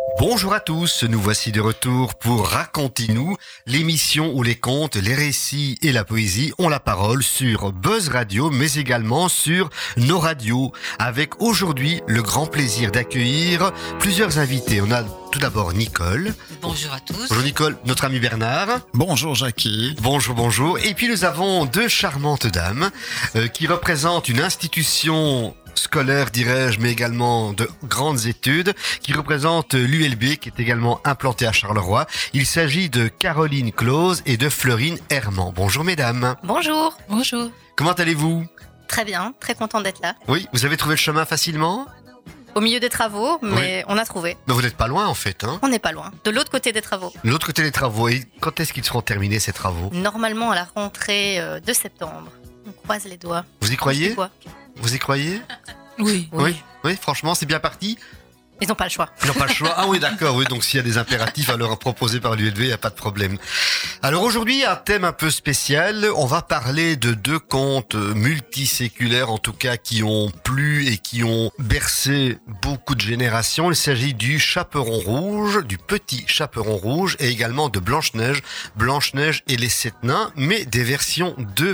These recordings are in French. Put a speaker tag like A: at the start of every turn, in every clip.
A: Bonjour à tous, nous voici de retour pour Racontez-nous, l'émission où les contes, les récits et la poésie ont la parole sur Buzz Radio, mais également sur nos radios, avec aujourd'hui le grand plaisir d'accueillir plusieurs invités. On a tout d'abord Nicole.
B: Bonjour à tous.
A: Bonjour Nicole, notre ami Bernard.
C: Bonjour Jackie.
A: Bonjour. Et puis nous avons deux charmantes dames qui représentent une institution scolaire, dirais-je, mais également de grandes études, qui représente l'ULB, qui est également implanté à Charleroi. Il s'agit de Caroline Close et de Florine Herman. Bonjour mesdames.
D: Bonjour.
B: Bonjour.
A: Comment allez-vous ?
D: Très bien, très contente d'être là.
A: Oui, vous avez trouvé le chemin facilement ?
D: Au milieu des travaux, mais on a trouvé.
A: Mais vous n'êtes pas loin en fait, hein ?
D: On n'est pas loin. De l'autre côté des travaux.
A: De l'autre côté des travaux. Et quand est-ce qu'ils seront terminés ces travaux ?
D: Normalement à la rentrée de septembre. On croise les doigts.
A: Vous y croyez ?
D: Quoi.
A: Vous y croyez ?
B: Oui.
A: Oui, franchement, c'est bien parti ?
D: Ils n'ont pas le choix.
A: Ils n'ont pas le choix. Ah oui, d'accord. Oui, donc s'il y a des impératifs à leur proposer par l'ULB, il n'y a pas de problème. Alors aujourd'hui, un thème un peu spécial. On va parler de deux contes multiséculaires, en tout cas, qui ont plu et qui ont bercé beaucoup de générations. Il s'agit du Chaperon Rouge, du Petit Chaperon Rouge, et également de Blanche-Neige, Blanche-Neige et les Sept Nains, mais des versions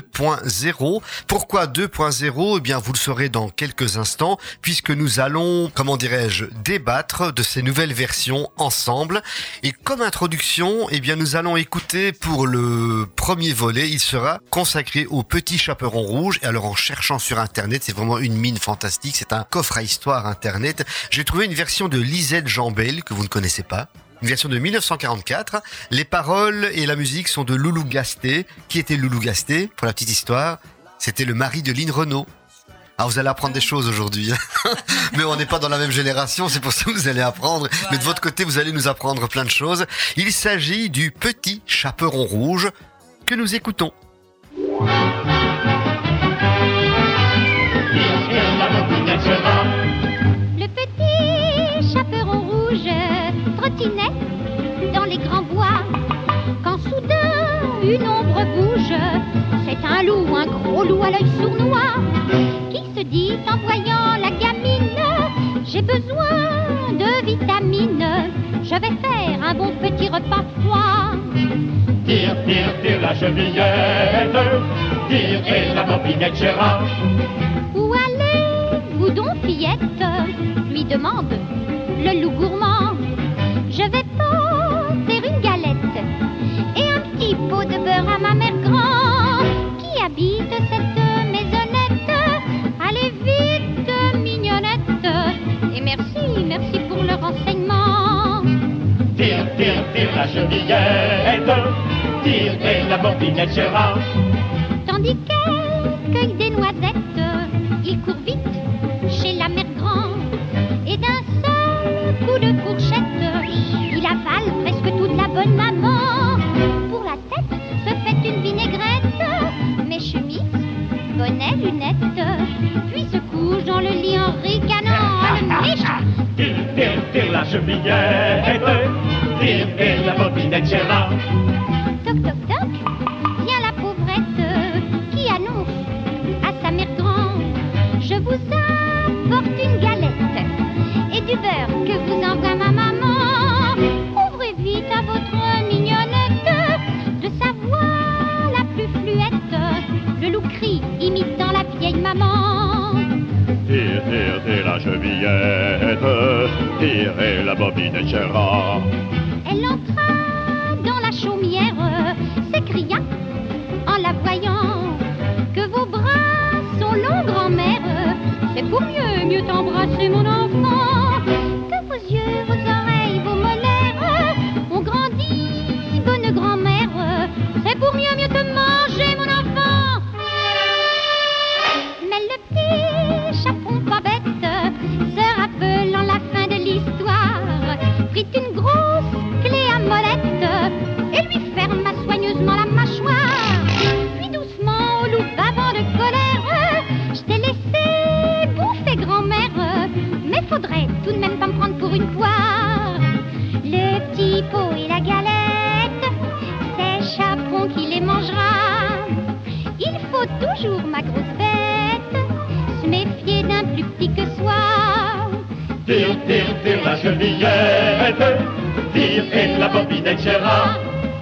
A: 2.0. Pourquoi 2.0 ? Eh bien, vous le saurez dans quelques instants, puisque nous allons, comment dirais-je, débattre de ces nouvelles versions ensemble. Et comme introduction, eh bien, nous allons écouter pour le premier volet, il sera consacré au Petit Chaperon Rouge. Et alors, en cherchant sur Internet, c'est vraiment une mine fantastique. C'est un coffre à histoire Internet. J'ai trouvé une version de Lisette Jambel que vous ne connaissez pas. Une version de 1944. Les paroles et la musique sont de Loulou Gasté. Qui était Loulou Gasté ? Pour la petite histoire, c'était le mari de Lynn Renaud. Ah, vous allez apprendre des choses aujourd'hui. Mais on n'est pas dans la même génération, c'est pour ça que vous allez apprendre. Voilà. Mais de votre côté, vous allez nous apprendre plein de choses. Il s'agit du Petit Chaperon Rouge que nous écoutons.
E: Le petit chaperon rouge trottinait dans les grands bois. Quand soudain une ombre bouge, c'est un loup, un gros loup à l'œil sournois, qui se dit en voyant la gamine: j'ai besoin de vitamines, je vais faire un bon petit repas froid.
F: Tire la chevillette, tire et la bobinette Gérard.
E: Où allez-vous donc, fillette ? Lui demande le loup gourmand. Je vais porter une galette et un petit pot de beurre à ma mère grand, qui habite cette maisonnette. Allez vite, mignonnette, et merci pour le renseignement.
F: Tire la chevillette, tire et la bobinette Gérard.
E: Tandis qu'elle cueille des noisettes, il court vite chez la mère grand, et d'un seul coup de fourchette, il avale presque toute la bonne maman. Pour la tête se fait une vinaigrette, mais chemise, bonnet, lunettes, puis se couche dans le lit en ricanant. Le méchant.
F: Tire la chevillette, tire et la bobinette Gérard.
E: Toc toc toc, vient la pauvrette qui annonce à sa mère grand: je vous apporte une galette et du beurre que vous envoie ma maman. Ouvrez vite à votre mignonnette de sa voix la plus fluette. Le loup crie, imitant la vieille maman.
F: Tire la chevillette, tire et la bobinette Gérard.
E: Elle entra dans la chaumière, s'écria en la voyant: que vos bras sont longs, grand-mère, c'est pour mieux t'embrasser, mon enfant. Que vos yeux, vos oreilles, vos molaires ont grandi, bonne grand-mère, c'est pour mieux te manger, mon enfant. Mais le petit chaperon pas bête, se rappelant la fin de l'histoire, prit une grosse clé à molette et lui ferma soigneusement la mâchoire. Puis doucement au loup bavant de colère: je t'ai laissé bouffer, grand-mère, mais faudrait tout de même pas me prendre pour une poire. Le petit pot et la galette, c'est Chaperon qui les mangera. Il faut toujours, ma grosse bête, se méfier d'un plus petit que soi.
F: Tire tire la chevillette, tire et la bobinette Gérard.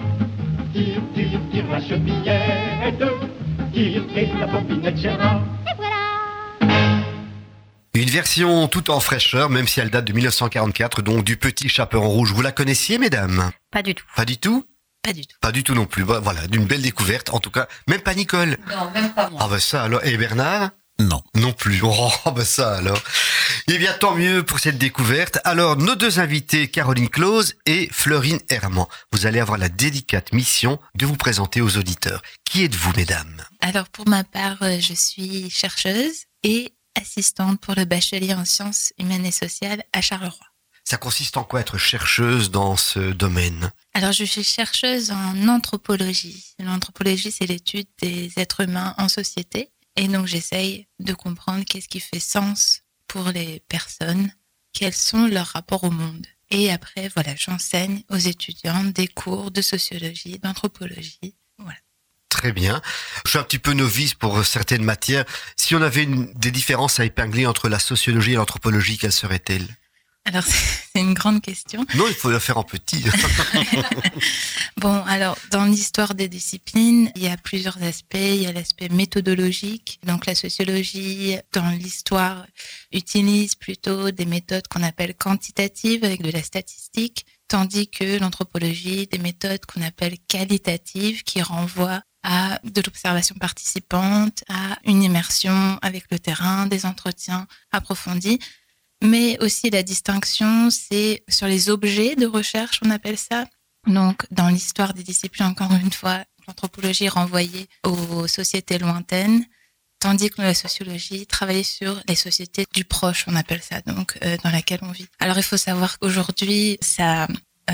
F: Tire la chevillette, tire et la bobinette Gérard.
E: Et voilà.
A: Une version tout en fraîcheur, même si elle date de 1944, donc du Petit Chaperon Rouge. Vous la connaissiez, mesdames?
D: Pas du tout.
A: Pas du tout?
D: Pas du tout.
A: Pas du tout non plus. Voilà, d'une belle découverte. En tout cas, même pas Nicole.
D: Non, même pas moi.
A: Ah ben ça alors. Et Bernard?
B: Non.
A: Non plus. Oh ben ça alors. Eh bien, tant mieux pour cette découverte. Alors, nos deux invités, Caroline Close et Florine Herman, vous allez avoir la délicate mission de vous présenter aux auditeurs. Qui êtes-vous, mesdames?
C: Alors pour ma part, je suis chercheuse et assistante pour le bachelier en sciences humaines et sociales à Charleroi.
A: Ça consiste en quoi être chercheuse dans ce domaine?
C: Alors je suis chercheuse en anthropologie. L'anthropologie, c'est l'étude des êtres humains en société. Et donc j'essaye de comprendre qu'est-ce qui fait sens pour les personnes, quels sont leurs rapports au monde. Et après, voilà, j'enseigne aux étudiants des cours de sociologie, d'anthropologie. Voilà.
A: Très bien. Je suis un petit peu novice pour certaines matières. Si on avait des différences à épingler entre la sociologie et l'anthropologie, quelles seraient-elles?
C: Alors c'est une grande question.
A: Non, il faut la faire en petit.
C: Bon, alors, dans l'histoire des disciplines, il y a plusieurs aspects. Il y a l'aspect méthodologique. Donc, la sociologie, dans l'histoire, utilise plutôt des méthodes qu'on appelle quantitatives, avec de la statistique, tandis que l'anthropologie, des méthodes qu'on appelle qualitatives, qui renvoient à de l'observation participante, à une immersion avec le terrain, des entretiens approfondis. Mais aussi la distinction, c'est sur les objets de recherche, on appelle ça. Donc, dans l'histoire des disciplines, encore une fois, l'anthropologie renvoyait aux sociétés lointaines, tandis que la sociologie travaillait sur les sociétés du proche, on appelle ça, donc dans laquelle on vit. Alors, il faut savoir qu'aujourd'hui, ça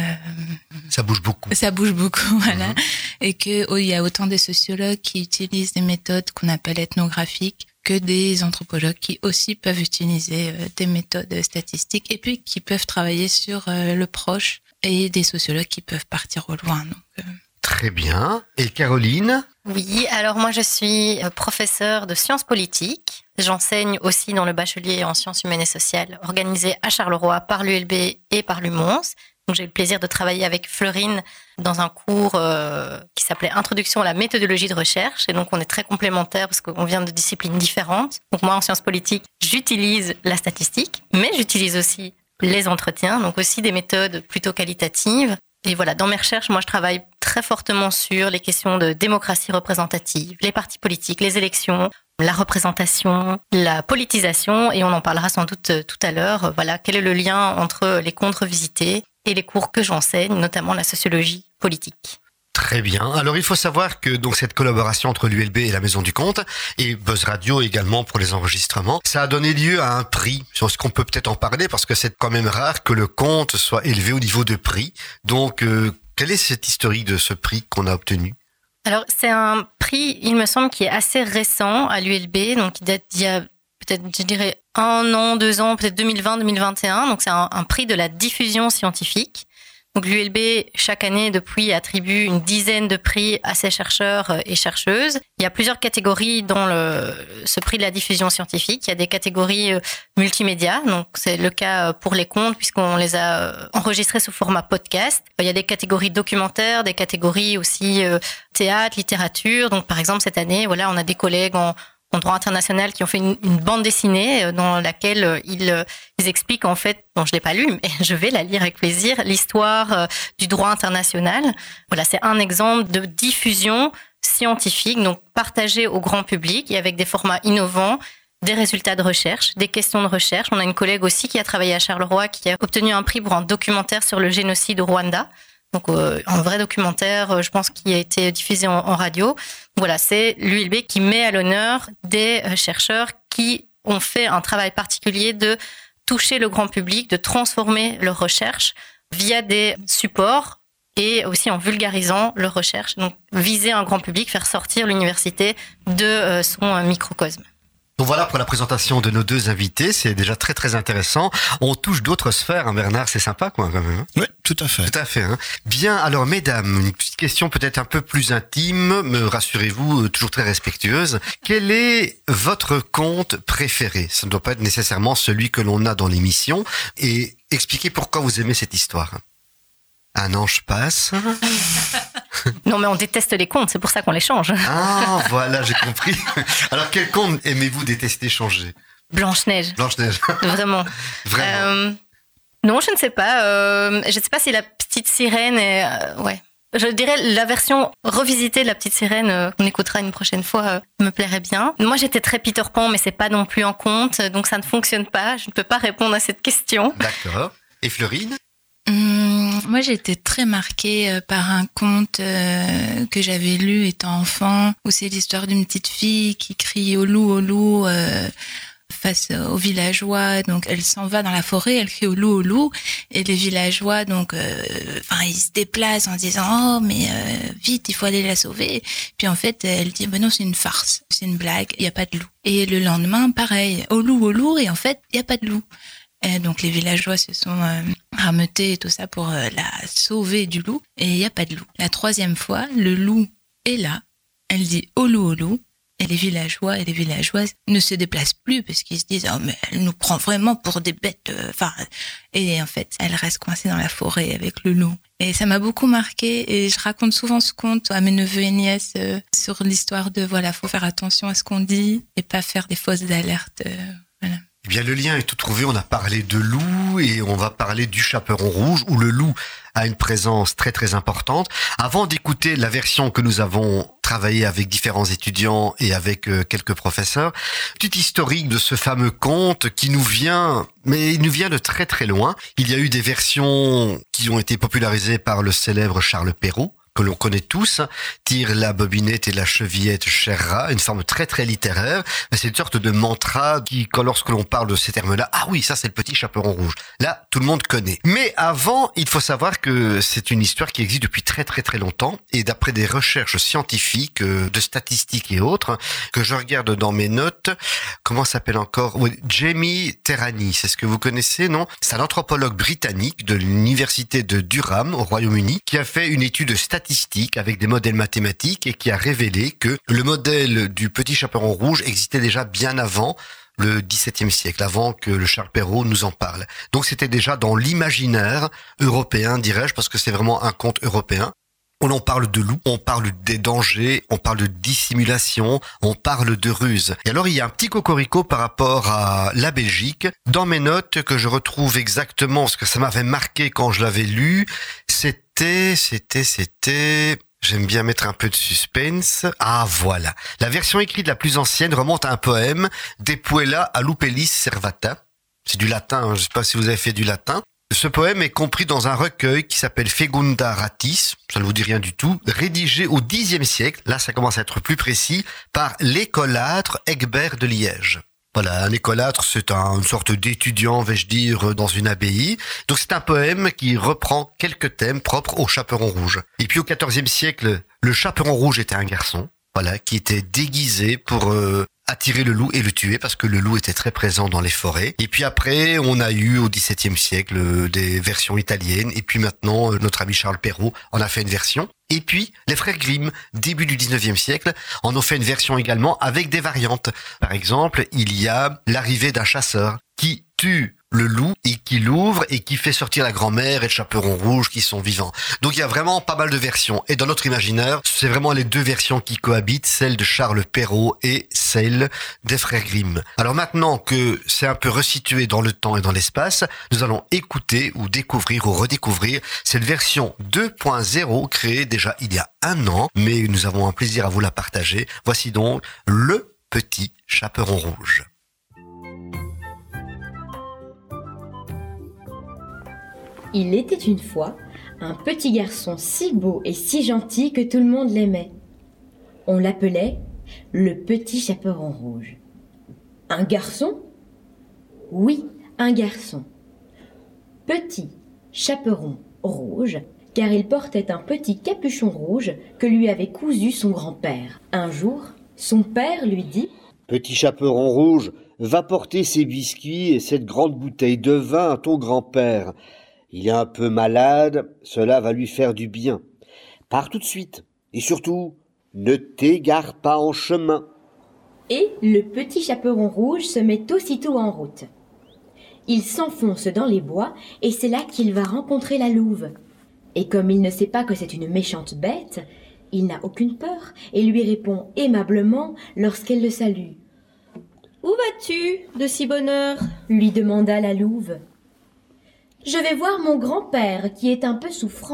A: bouge beaucoup.
C: Ça bouge beaucoup, voilà. Et que il y a autant de sociologues qui utilisent des méthodes qu'on appelle ethnographiques que des anthropologues qui aussi peuvent utiliser des méthodes statistiques et puis qui peuvent travailler sur le proche et des sociologues qui peuvent partir au loin. Donc,
A: Très bien. Et Caroline?
D: Oui, alors moi je suis professeure de sciences politiques. J'enseigne aussi dans le bachelier en sciences humaines et sociales organisé à Charleroi par l'ULB et par l'UMONS. Donc j'ai eu le plaisir de travailler avec Florine dans un cours qui s'appelait Introduction à la méthodologie de recherche. Et donc on est très complémentaires parce qu'on vient de disciplines différentes. Donc moi en sciences politiques, j'utilise la statistique, mais j'utilise aussi les entretiens, donc aussi des méthodes plutôt qualitatives. Et voilà, dans mes recherches, moi je travaille très fortement sur les questions de démocratie représentative, les partis politiques, les élections, la représentation, la politisation, et on en parlera sans doute tout à l'heure. Voilà, quel est le lien entre les contres visités et les cours que j'enseigne, notamment la sociologie politique.
A: Très bien. Alors, il faut savoir que donc cette collaboration entre l'ULB et la Maison du Conte et Buzz Radio également pour les enregistrements, ça a donné lieu à un prix. Est-ce qu'on peut peut-être en parler parce que c'est quand même rare que le conte soit élevé au niveau de prix. Donc, quelle est cette historique de ce prix qu'on a obtenu?
D: Alors, c'est un prix, il me semble, qui est assez récent à l'ULB, donc il date d'il y a peut-être, je dirais, 1 an, 2 ans, peut-être 2020-2021. Donc, c'est un prix de la diffusion scientifique. Donc, l'ULB, chaque année, depuis, attribue une dizaine de prix à ses chercheurs et chercheuses. Il y a plusieurs catégories dans ce prix de la diffusion scientifique. Il y a des catégories multimédia. Donc, c'est le cas pour les contes, puisqu'on les a enregistrés sous format podcast. Il y a des catégories documentaires, des catégories aussi théâtre, littérature. Donc, par exemple, cette année, voilà, on a des collègues en droit international qui ont fait une bande dessinée dans laquelle ils expliquent en fait, bon je l'ai pas lu mais je vais la lire avec plaisir, l'histoire du droit international. Voilà, c'est un exemple de diffusion scientifique, donc partagée au grand public et avec des formats innovants, des résultats de recherche, des questions de recherche. On a une collègue aussi qui a travaillé à Charleroi qui a obtenu un prix pour un documentaire sur le génocide au Rwanda. Donc un vrai documentaire, je pense, qui a été diffusé en radio. Voilà, c'est l'ULB qui met à l'honneur des chercheurs qui ont fait un travail particulier de toucher le grand public, de transformer leurs recherches via des supports et aussi en vulgarisant leurs recherches. Donc viser un grand public, faire sortir l'université de son microcosme.
A: Donc voilà pour la présentation de nos deux invités, c'est déjà très très intéressant. On touche d'autres sphères, hein, Bernard, c'est sympa quoi quand même. Hein.
B: Oui, tout à fait.
A: Tout à fait. Hein. Bien, alors mesdames, une petite question peut-être un peu plus intime, me rassurez-vous, toujours très respectueuse. Quel est votre conte préféré ? Ça ne doit pas être nécessairement celui que l'on a dans l'émission. Et expliquez pourquoi vous aimez cette histoire. Un ange passe.
D: Non, mais on déteste les contes, c'est pour ça qu'on les change.
A: Ah, voilà, j'ai compris. Alors, quel conte aimez-vous détester changer ?
D: Blanche-Neige.
A: Blanche-Neige.
D: Vraiment.
A: Vraiment.
D: Non, je ne sais pas. Je ne sais pas si la petite sirène est... ouais. Je dirais la version revisitée de la petite sirène qu'on écoutera une prochaine fois me plairait bien. Moi, j'étais très Peter Pan, mais c'est pas non plus un conte, donc ça ne fonctionne pas. Je ne peux pas répondre à cette question.
A: D'accord. Et Florine ?
C: Moi, j'ai été très marquée par un conte que j'avais lu étant enfant, où c'est l'histoire d'une petite fille qui crie au loup, face aux villageois. Donc, elle s'en va dans la forêt, elle crie au loup, et les villageois, donc, ils se déplacent en disant, oh, mais vite, il faut aller la sauver. Puis en fait, elle dit, ben non, c'est une farce, c'est une blague, il y a pas de loup. Et le lendemain, pareil, au loup, et en fait, il y a pas de loup. Et donc les villageois se sont rameutés et tout ça pour la sauver du loup, et il n'y a pas de loup. La troisième fois, le loup est là, elle dit au loup, et les villageois et les villageoises ne se déplacent plus parce qu'ils se disent oh mais elle nous prend vraiment pour des bêtes. Et en fait, elle reste coincée dans la forêt avec le loup. Et ça m'a beaucoup marqué, et je raconte souvent ce conte à mes neveux et nièces sur l'histoire de faut faire attention à ce qu'on dit et pas faire des fausses alertes. Voilà.
A: Eh bien, le lien est tout trouvé. On a parlé de loup et on va parler du chaperon rouge où le loup a une présence très très importante. Avant d'écouter la version que nous avons travaillée avec différents étudiants et avec quelques professeurs, petite historique de ce fameux conte qui nous vient, mais il nous vient de très très loin. Il y a eu des versions qui ont été popularisées par le célèbre Charles Perrault, que l'on connaît tous, tire la bobinette et la chevillette, cher rat, une forme très très littéraire, mais c'est une sorte de mantra qui, lorsque l'on parle de ces termes-là, ah oui, ça c'est le petit chaperon rouge. Là, tout le monde connaît. Mais avant, il faut savoir que c'est une histoire qui existe depuis très très très longtemps, et d'après des recherches scientifiques, de statistiques et autres, que je regarde dans mes notes, comment s'appelle encore? Oui, Jamie Terrani, c'est ce que vous connaissez, non? C'est un anthropologue britannique de l'université de Durham, au Royaume-Uni, qui a fait une étude statistique avec des modèles mathématiques et qui a révélé que le modèle du petit chaperon rouge existait déjà bien avant le XVIIe siècle, avant que le Charles Perrault nous en parle. Donc c'était déjà dans l'imaginaire européen, dirais-je, parce que c'est vraiment un conte européen. On parle de loup, on parle des dangers, on parle de dissimulation, on parle de ruse. Et alors il y a un petit cocorico par rapport à la Belgique. Dans mes notes que je retrouve exactement, parce que ça m'avait marqué quand je l'avais lu, c'était... J'aime bien mettre un peu de suspense. Ah, voilà. La version écrite la plus ancienne remonte à un poème De Puella a Lupellis Servata. C'est du latin, hein, je ne sais pas si vous avez fait du latin. Ce poème est compris dans un recueil qui s'appelle Fecunda Ratis, ça ne vous dit rien du tout, rédigé au Xe siècle, là ça commence à être plus précis, par l'écolâtre Egbert de Liège. Voilà, un écolâtre, c'est une sorte d'étudiant, vais-je dire, dans une abbaye. Donc c'est un poème qui reprend quelques thèmes propres au chaperon rouge. Et puis au XIVe siècle, le chaperon rouge était un garçon, voilà, qui était déguisé pour attirer le loup et le tuer, parce que le loup était très présent dans les forêts. Et puis après, on a eu au XVIIe siècle des versions italiennes, et puis maintenant, notre ami Charles Perrault en a fait une version. Et puis, les frères Grimm, début du XIXe siècle, en ont fait une version également avec des variantes. Par exemple, il y a l'arrivée d'un chasseur qui tue le loup et qui l'ouvre et qui fait sortir la grand-mère et le chaperon rouge qui sont vivants. Donc il y a vraiment pas mal de versions. Et dans notre imaginaire, c'est vraiment les deux versions qui cohabitent, celle de Charles Perrault et celle des frères Grimm. Alors maintenant que c'est un peu resitué dans le temps et dans l'espace, nous allons écouter ou découvrir ou redécouvrir cette version 2.0 créée déjà il y a un an, mais nous avons un plaisir à vous la partager. Voici donc le petit chaperon rouge.
G: Il était une fois un petit garçon si beau et si gentil que tout le monde l'aimait. On l'appelait le petit chaperon rouge. Un garçon ? Oui, un garçon. Petit chaperon rouge, car il portait un petit capuchon rouge que lui avait cousu son grand-père. Un jour, son père lui dit :
B: Petit Chaperon Rouge, va porter ces biscuits et cette grande bouteille de vin à ton grand-père. Il est un peu malade, cela va lui faire du bien. Pars tout de suite, et surtout, ne t'égare pas en chemin. »
G: Et le Petit Chaperon Rouge se met aussitôt en route. Il s'enfonce dans les bois et c'est là qu'il va rencontrer la louve. Et comme il ne sait pas que c'est une méchante bête, il n'a aucune peur et lui répond aimablement lorsqu'elle le salue. « Où vas-tu, de si bonne heure ?» lui demanda la louve. « Je vais voir mon grand-père qui est un peu souffrant. »«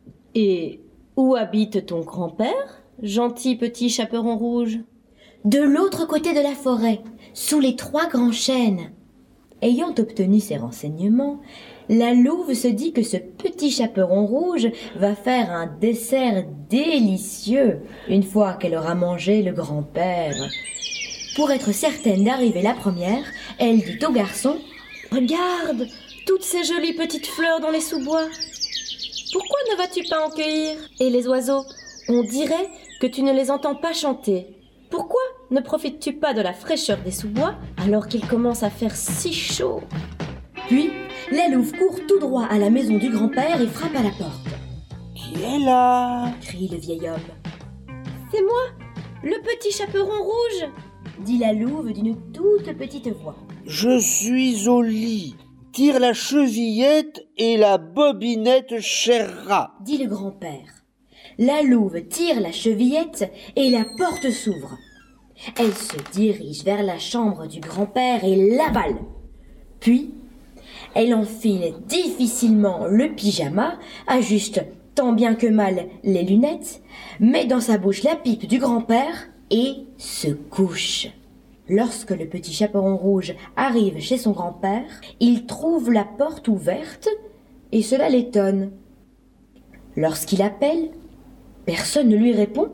G: Et où habite ton grand-père, gentil Petit Chaperon Rouge ?»« De l'autre côté de la forêt, sous les 3 grands chênes. » Ayant obtenu ces renseignements, la louve se dit que ce Petit Chaperon Rouge va faire un dessert délicieux une fois qu'elle aura mangé le grand-père. Pour être certaine d'arriver la première, elle dit au garçon « Regarde, toutes ces jolies petites fleurs dans les sous-bois. Pourquoi ne vas-tu pas en cueillir? Et les oiseaux, on dirait que tu ne les entends pas chanter. Pourquoi ne profites-tu pas de la fraîcheur des sous-bois alors qu'il commence à faire si chaud ?» Puis, la louve court tout droit à la maison du grand-père et frappe à la porte.
B: « Qui est là ?»
G: crie le vieil homme. « C'est moi, le Petit Chaperon Rouge !» dit la louve d'une toute petite voix.
B: « Je suis au lit. Tire la chevillette et la bobinette, cher rat !» dit
G: le grand-père. La louve tire la chevillette et la porte s'ouvre. Elle se dirige vers la chambre du grand-père et l'avale. Puis, elle enfile difficilement le pyjama, ajuste tant bien que mal les lunettes, met dans sa bouche la pipe du grand-père et se couche. Lorsque le Petit Chaperon Rouge arrive chez son grand-père, il trouve la porte ouverte et cela l'étonne. Lorsqu'il appelle, personne ne lui répond.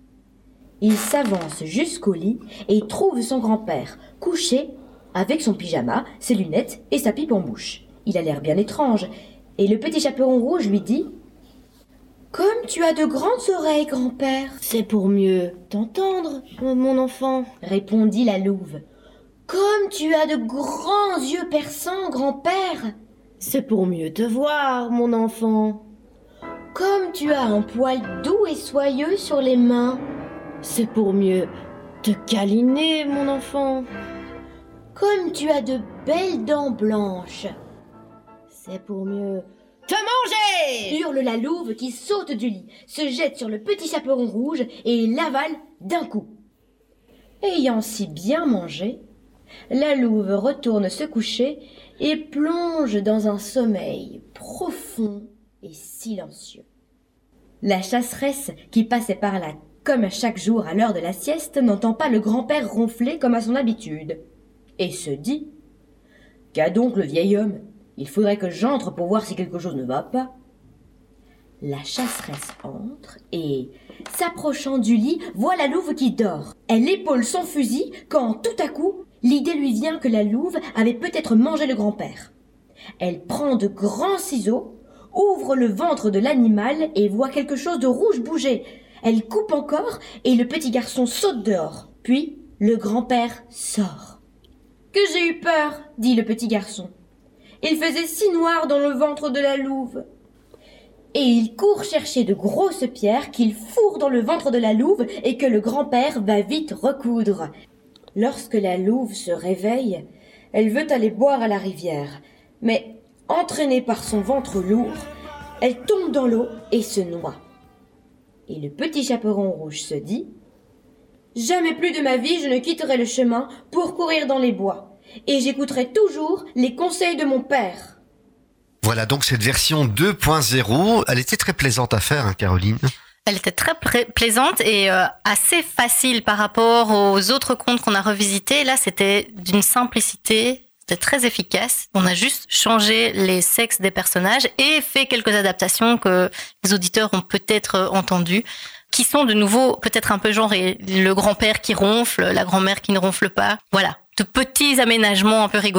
G: Il s'avance jusqu'au lit et trouve son grand-père couché avec son pyjama, ses lunettes et sa pipe en bouche. Il a l'air bien étrange et le Petit Chaperon Rouge lui dit « Comme tu as de grandes oreilles, grand-père. »« C'est pour mieux t'entendre, mon enfant, » répondit la louve. « Comme tu as de grands yeux perçants, grand-père. »« C'est pour mieux te voir, mon enfant. »« Comme tu as un poil doux et soyeux sur les mains. »« C'est pour mieux te câliner, mon enfant. »« Comme tu as de belles dents blanches. »« C'est pour mieux te manger !» hurle la louve qui saute du lit, se jette sur le Petit Chaperon Rouge et l'avale d'un coup. Ayant si bien mangé, la louve retourne se coucher et plonge dans un sommeil profond et silencieux. La chasseresse, qui passait par là comme chaque jour à l'heure de la sieste, n'entend pas le grand-père ronfler comme à son habitude, et se dit « Qu'a donc le vieil homme ? Il faudrait que j'entre pour voir si quelque chose ne va pas. » La chasseresse entre et, s'approchant du lit, voit la louve qui dort. Elle épaule son fusil quand, tout à coup, l'idée lui vient que la louve avait peut-être mangé le grand-père. Elle prend de grands ciseaux, ouvre le ventre de l'animal et voit quelque chose de rouge bouger. Elle coupe encore et le petit garçon saute dehors. Puis, le grand-père sort. « Que j'ai eu peur !» dit le petit garçon. Il faisait si noir dans le ventre de la louve. Et il court chercher de grosses pierres qu'il fourre dans le ventre de la louve et que le grand-père va vite recoudre. Lorsque la louve se réveille, elle veut aller boire à la rivière. Mais, entraînée par son ventre lourd, elle tombe dans l'eau et se noie. Et le Petit Chaperon Rouge se dit « Jamais plus de ma vie je ne quitterai le chemin pour courir dans les bois. Et j'écouterai toujours les conseils de mon père. »
A: Voilà donc cette version 2.0. Elle était très plaisante à faire, hein, Caroline.
D: Elle était très plaisante et assez facile par rapport aux autres contes qu'on a revisités. Là, c'était d'une simplicité, c'était très efficace. On a juste changé les sexes des personnages et fait quelques adaptations que les auditeurs ont peut-être entendues, qui sont de nouveau peut-être un peu genrées. Le grand-père qui ronfle, la grand-mère qui ne ronfle pas. Voilà, de petits aménagements un peu rigolos.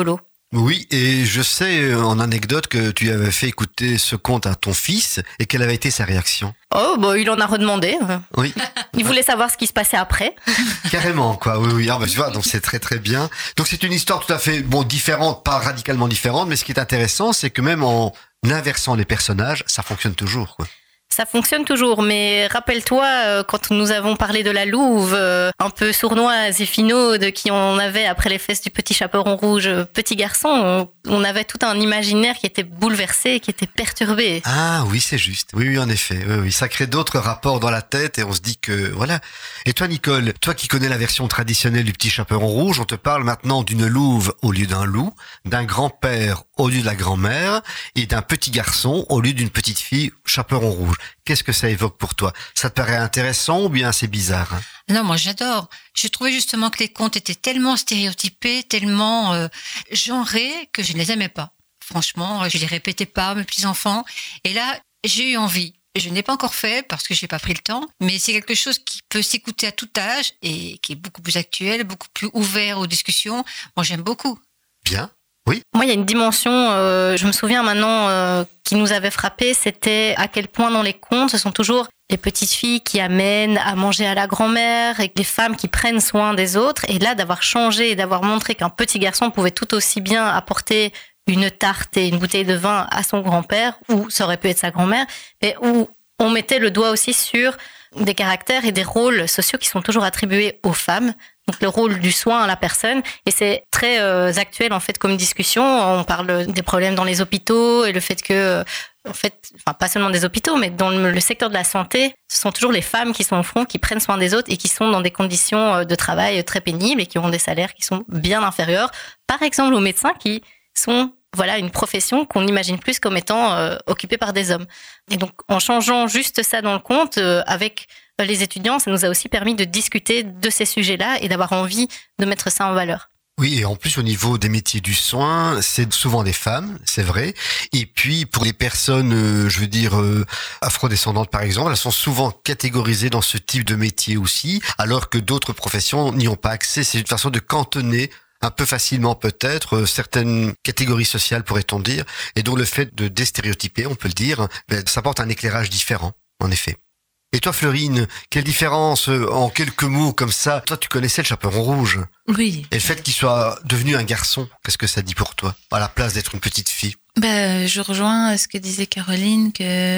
A: Oui, et je sais en anecdote que tu avais fait écouter ce conte à ton fils et quelle avait été sa réaction.
D: Oh, bah, il en a redemandé.
A: Oui.
D: Il voulait savoir ce qui se passait après.
A: Carrément, quoi. Oui, oui. Ah, bah, tu vois, donc c'est très, très bien. Donc c'est une histoire tout à fait, différente, pas radicalement différente, mais ce qui est intéressant, c'est que même en inversant les personnages, ça fonctionne toujours, quoi.
D: Ça fonctionne toujours, mais rappelle-toi, quand nous avons parlé de la louve, un peu sournoise et finaude, qui on avait après les fesses du petit chaperon rouge, petit garçon, on avait tout un imaginaire qui était bouleversé, qui était perturbé.
A: Ah oui, c'est juste. Oui, oui, en effet. Oui, oui. Ça crée d'autres rapports dans la tête et on se dit que, voilà. Et toi, Nicole, toi qui connais la version traditionnelle du petit chaperon rouge, on te parle maintenant d'une louve au lieu d'un loup, d'un grand-père au lieu de la grand-mère et d'un petit garçon au lieu d'une petite fille chaperon rouge. Qu'est-ce que ça évoque pour toi? Ça te paraît intéressant ou bien c'est bizarre, hein?
H: Non, moi j'adore. Je trouvais justement que les contes étaient tellement stéréotypés, tellement genrés que je ne les aimais pas. Franchement, je les répétais pas à mes petits-enfants. Et là, j'ai eu envie. Je n'ai pas encore fait parce que j'ai pas pris le temps, mais c'est quelque chose qui peut s'écouter à tout âge et qui est beaucoup plus actuel, beaucoup plus ouvert aux discussions. Moi, j'aime beaucoup.
A: Bien. Oui.
D: Moi, il y a une dimension, je me souviens maintenant, qui nous avait frappé, c'était à quel point dans les contes, ce sont toujours les petites filles qui amènent à manger à la grand-mère et les femmes qui prennent soin des autres. Et là, d'avoir changé et d'avoir montré qu'un petit garçon pouvait tout aussi bien apporter une tarte et une bouteille de vin à son grand-père, ou ça aurait pu être sa grand-mère, mais où on mettait le doigt aussi sur des caractères et des rôles sociaux qui sont toujours attribués aux femmes. Donc le rôle du soin à la personne, et c'est très actuel en fait comme discussion. On parle des problèmes dans les hôpitaux et le fait que, en fait, enfin pas seulement des hôpitaux, mais dans le secteur de la santé, ce sont toujours les femmes qui sont au front, qui prennent soin des autres et qui sont dans des conditions de travail très pénibles et qui ont des salaires qui sont bien inférieurs. Par exemple aux médecins qui sont une profession qu'on imagine plus comme étant occupée par des hommes. Et donc en changeant juste ça dans le conte avec les étudiants, ça nous a aussi permis de discuter de ces sujets-là et d'avoir envie de mettre ça en valeur.
A: Oui, et en plus au niveau des métiers du soin, c'est souvent des femmes, c'est vrai. Et puis pour les personnes, afrodescendantes par exemple, elles sont souvent catégorisées dans ce type de métier aussi, alors que d'autres professions n'y ont pas accès. C'est une façon de cantonner un peu facilement peut-être certaines catégories sociales, pourrait-on dire. Et donc le fait de déstéréotyper, on peut le dire, ça apporte un éclairage différent, en effet. Et toi, Fleurine, quelle différence, en quelques mots comme ça, toi tu connaissais le chaperon rouge.
C: Oui.
A: Et le fait qu'il soit devenu un garçon, qu'est-ce que ça dit pour toi, à la place d'être une petite fille?
C: Je rejoins ce que disait Caroline,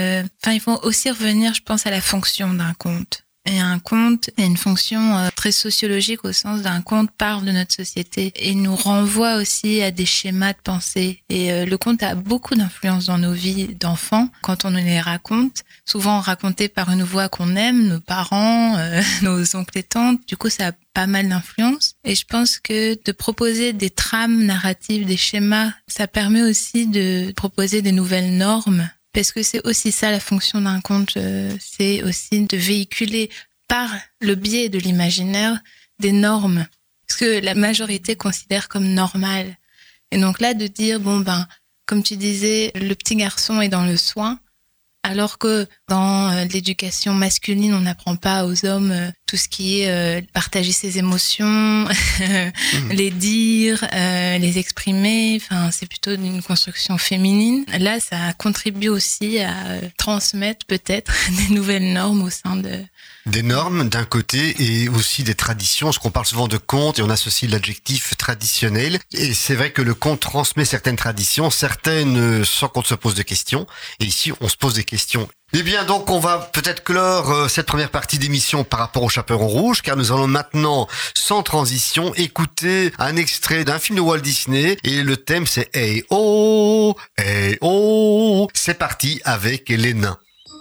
C: il faut aussi revenir, je pense, à la fonction d'un conte. Et un conte a une fonction très sociologique au sens d'un conte parle de notre société et nous renvoie aussi à des schémas de pensée. Et le conte a beaucoup d'influence dans nos vies d'enfants quand on nous les raconte, souvent racontés par une voix qu'on aime, nos parents, nos oncles et tantes. Du coup, ça a pas mal d'influence. Et je pense que de proposer des trames narratives, des schémas, ça permet aussi de proposer des nouvelles normes. Parce que c'est aussi ça la fonction d'un conte, c'est aussi de véhiculer par le biais de l'imaginaire des normes. Ce que la majorité considère comme normal. Et donc là, de dire, comme tu disais, le petit garçon est dans le soin, alors que dans l'éducation masculine, on n'apprend pas aux hommes tout ce qui est partager ses émotions, les dire, les exprimer. C'est plutôt une construction féminine. Là, ça contribue aussi à transmettre peut-être des nouvelles normes au sein de...
A: Des normes d'un côté et aussi des traditions, parce qu'on parle souvent de conte et on associe l'adjectif traditionnel. Et c'est vrai que le conte transmet certaines traditions, certaines sans qu'on se pose de questions. Et ici, on se pose des questions. Eh bien, donc, on va peut-être clore cette première partie d'émission par rapport au Chaperon Rouge, car nous allons maintenant, sans transition, écouter un extrait d'un film de Walt Disney. Et le thème, c'est Hey Oh, Hey Oh. C'est parti avec les nains.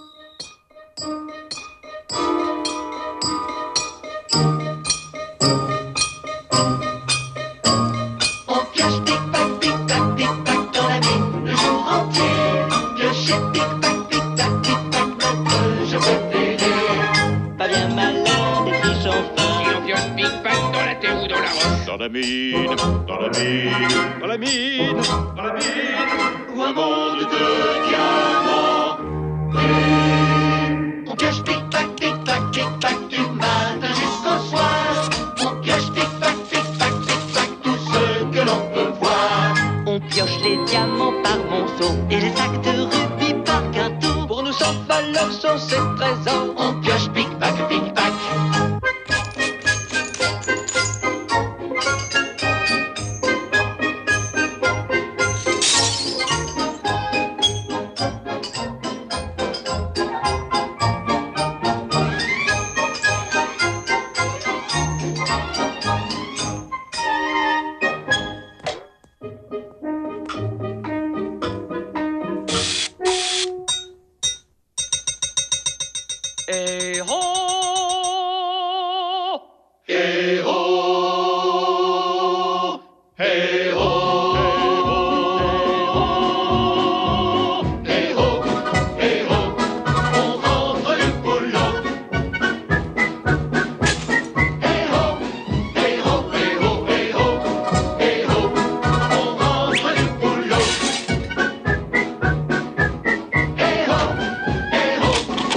F: Dans la mine, dans la mine, dans la mine, dans la mine, où un monde de diamants brille. On pioche tic-tac, tic-tac, tic-tac du matin jusqu'au soir. On pioche tic-tac, tic-tac, tic-tac, tout ce que l'on peut voir.
I: pinceau.
J: Et les sacs de rubis par quinto.
I: Pour nous sans valeur sont ces trésors.
F: On pioche, pic-pac, pic-pac.
I: Eh oh,
F: Hey ho, hey ho, hey ho, hey ho, on rentre du boulot. Hey ho, hey ho, hey ho, hey ho, hey ho, on rentre du boulot. Hey ho, hey ho.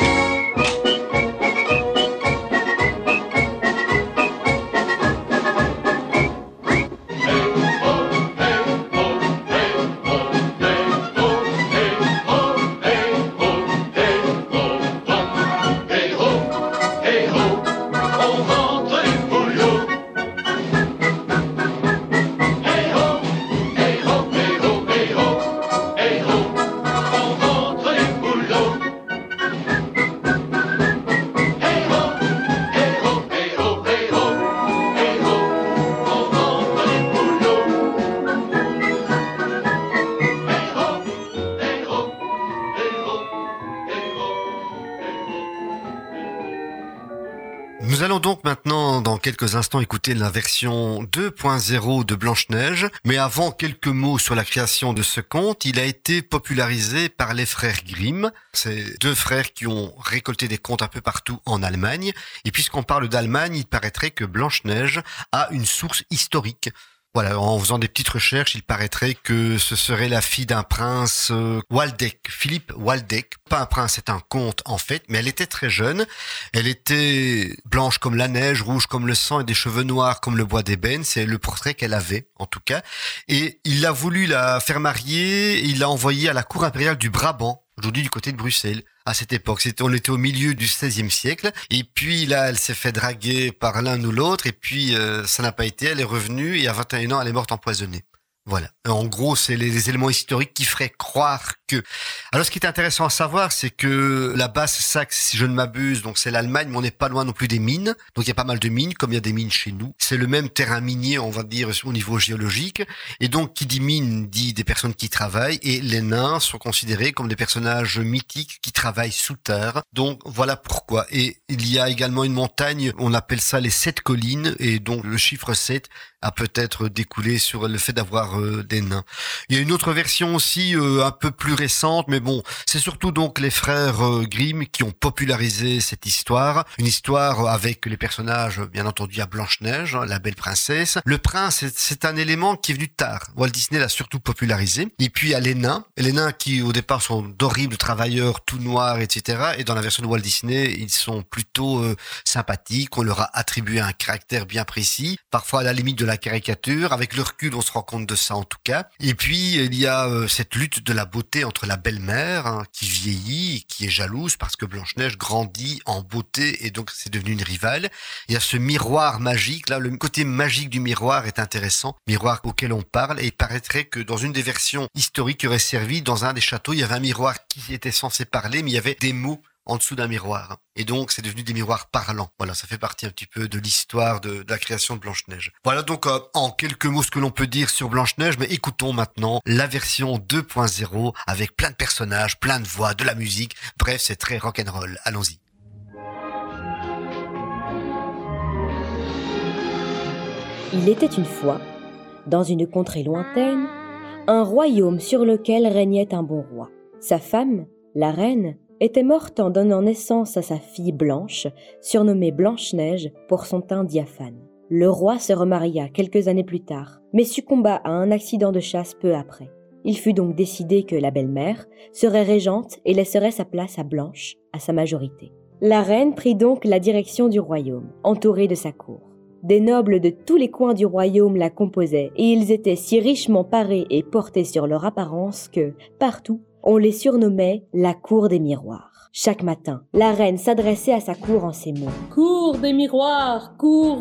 A: Nous allons donc maintenant, dans quelques instants, écouter la version 2.0 de Blanche-Neige. Mais avant, quelques mots sur la création de ce conte. Il a été popularisé par les frères Grimm. C'est deux frères qui ont récolté des contes un peu partout en Allemagne. Et puisqu'on parle d'Allemagne, il paraîtrait que Blanche-Neige a une source historique. Voilà, en faisant des petites recherches, il paraîtrait que ce serait la fille d'un prince Waldeck, Philippe Waldeck. Pas un prince, c'est un comte en fait, mais elle était très jeune. Elle était blanche comme la neige, rouge comme le sang et des cheveux noirs comme le bois d'ébène. C'est le portrait qu'elle avait, en tout cas. Et il a voulu la faire marier, et il l'a envoyée à la cour impériale du Brabant, aujourd'hui du côté de Bruxelles. À cette époque, on était au milieu du XVIe siècle, et puis là, elle s'est fait draguer par l'un ou l'autre, et puis ça n'a pas été, elle est revenue, et à 21 ans, elle est morte empoisonnée. Voilà. En gros, c'est les éléments historiques qui feraient croire que... Alors, ce qui est intéressant à savoir, c'est que la Basse-Saxe, si je ne m'abuse, donc c'est l'Allemagne, mais on n'est pas loin non plus des mines. Donc, il y a pas mal de mines, comme il y a des mines chez nous. C'est le même terrain minier, on va dire, au niveau géologique. Et donc, qui dit mine, dit des personnes qui travaillent. Et les nains sont considérés comme des personnages mythiques qui travaillent sous terre. Donc, voilà pourquoi. Et il y a également une montagne, on appelle ça les 7 collines. Et donc, le chiffre 7 a peut-être découlé sur le fait d'avoir des nains. Il y a une autre version aussi un peu plus récente, mais bon, c'est surtout donc les frères Grimm qui ont popularisé cette histoire. Une histoire avec les personnages, bien entendu, à Blanche-Neige, la belle princesse. Le prince, c'est un élément qui est venu tard. Walt Disney l'a surtout popularisé. Et puis il y a les nains qui au départ sont d'horribles travailleurs, tout noirs, etc. Et dans la version de Walt Disney, ils sont plutôt sympathiques. On leur a attribué un caractère bien précis, parfois à la limite de la caricature. Avec le recul, on se rend compte de ça en tout cas. Et puis il y a cette lutte de la beauté entre la belle-mère qui vieillit et qui est jalouse parce que Blanche-Neige grandit en beauté et donc c'est devenu une rivale. Il y a ce miroir magique là, le côté magique du miroir est intéressant, miroir auquel on parle, et il paraîtrait que dans une des versions historiques qui aurait servi, dans un des châteaux, il y avait un miroir qui était censé parler, mais il y avait des mots en dessous d'un miroir. Et donc, c'est devenu des miroirs parlants. Voilà, ça fait partie un petit peu de l'histoire de la création de Blanche-Neige. Voilà donc en quelques mots ce que l'on peut dire sur Blanche-Neige, mais écoutons maintenant la version 2.0 avec plein de personnages, plein de voix, de la musique. Bref, c'est très rock'n'roll. Allons-y.
G: Il était une fois, dans une contrée lointaine, un royaume sur lequel régnait un bon roi. Sa femme, la reine, était morte en donnant naissance à sa fille Blanche, surnommée Blanche-Neige pour son teint diaphane. Le roi se remaria quelques années plus tard, mais succomba à un accident de chasse peu après. Il fut donc décidé que la belle-mère serait régente et laisserait sa place à Blanche, à sa majorité. La reine prit donc la direction du royaume, entourée de sa cour. Des nobles de tous les coins du royaume la composaient, et ils étaient si richement parés et portés sur leur apparence que, partout, on les surnommait la cour des miroirs. Chaque matin, la reine s'adressait à sa cour en ces mots.
K: Cour des miroirs,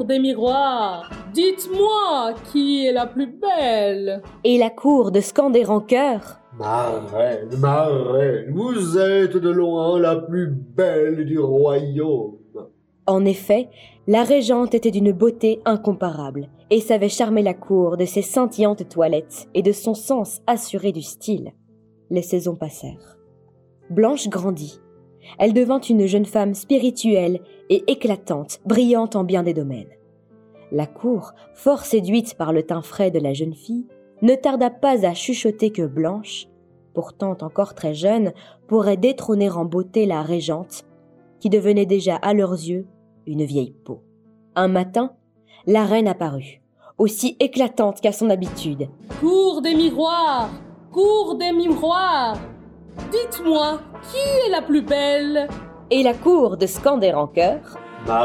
K: dites-moi qui est la plus belle.
G: Et la cour de scander en chœur.
B: Ma reine, vous êtes de loin la plus belle du royaume.
G: En effet, la régente était d'une beauté incomparable et savait charmer la cour de ses scintillantes toilettes et de son sens assuré du style. Les saisons passèrent. Blanche grandit. Elle devint une jeune femme spirituelle et éclatante, brillante en bien des domaines. La cour, fort séduite par le teint frais de la jeune fille, ne tarda pas à chuchoter que Blanche, pourtant encore très jeune, pourrait détrôner en beauté la régente, qui devenait déjà à leurs yeux une vieille peau. Un matin, la reine apparut, aussi éclatante qu'à son habitude.
K: Cour des miroirs, dites-moi qui est la plus belle.
G: Et la cour de scander en chœur.
B: Ma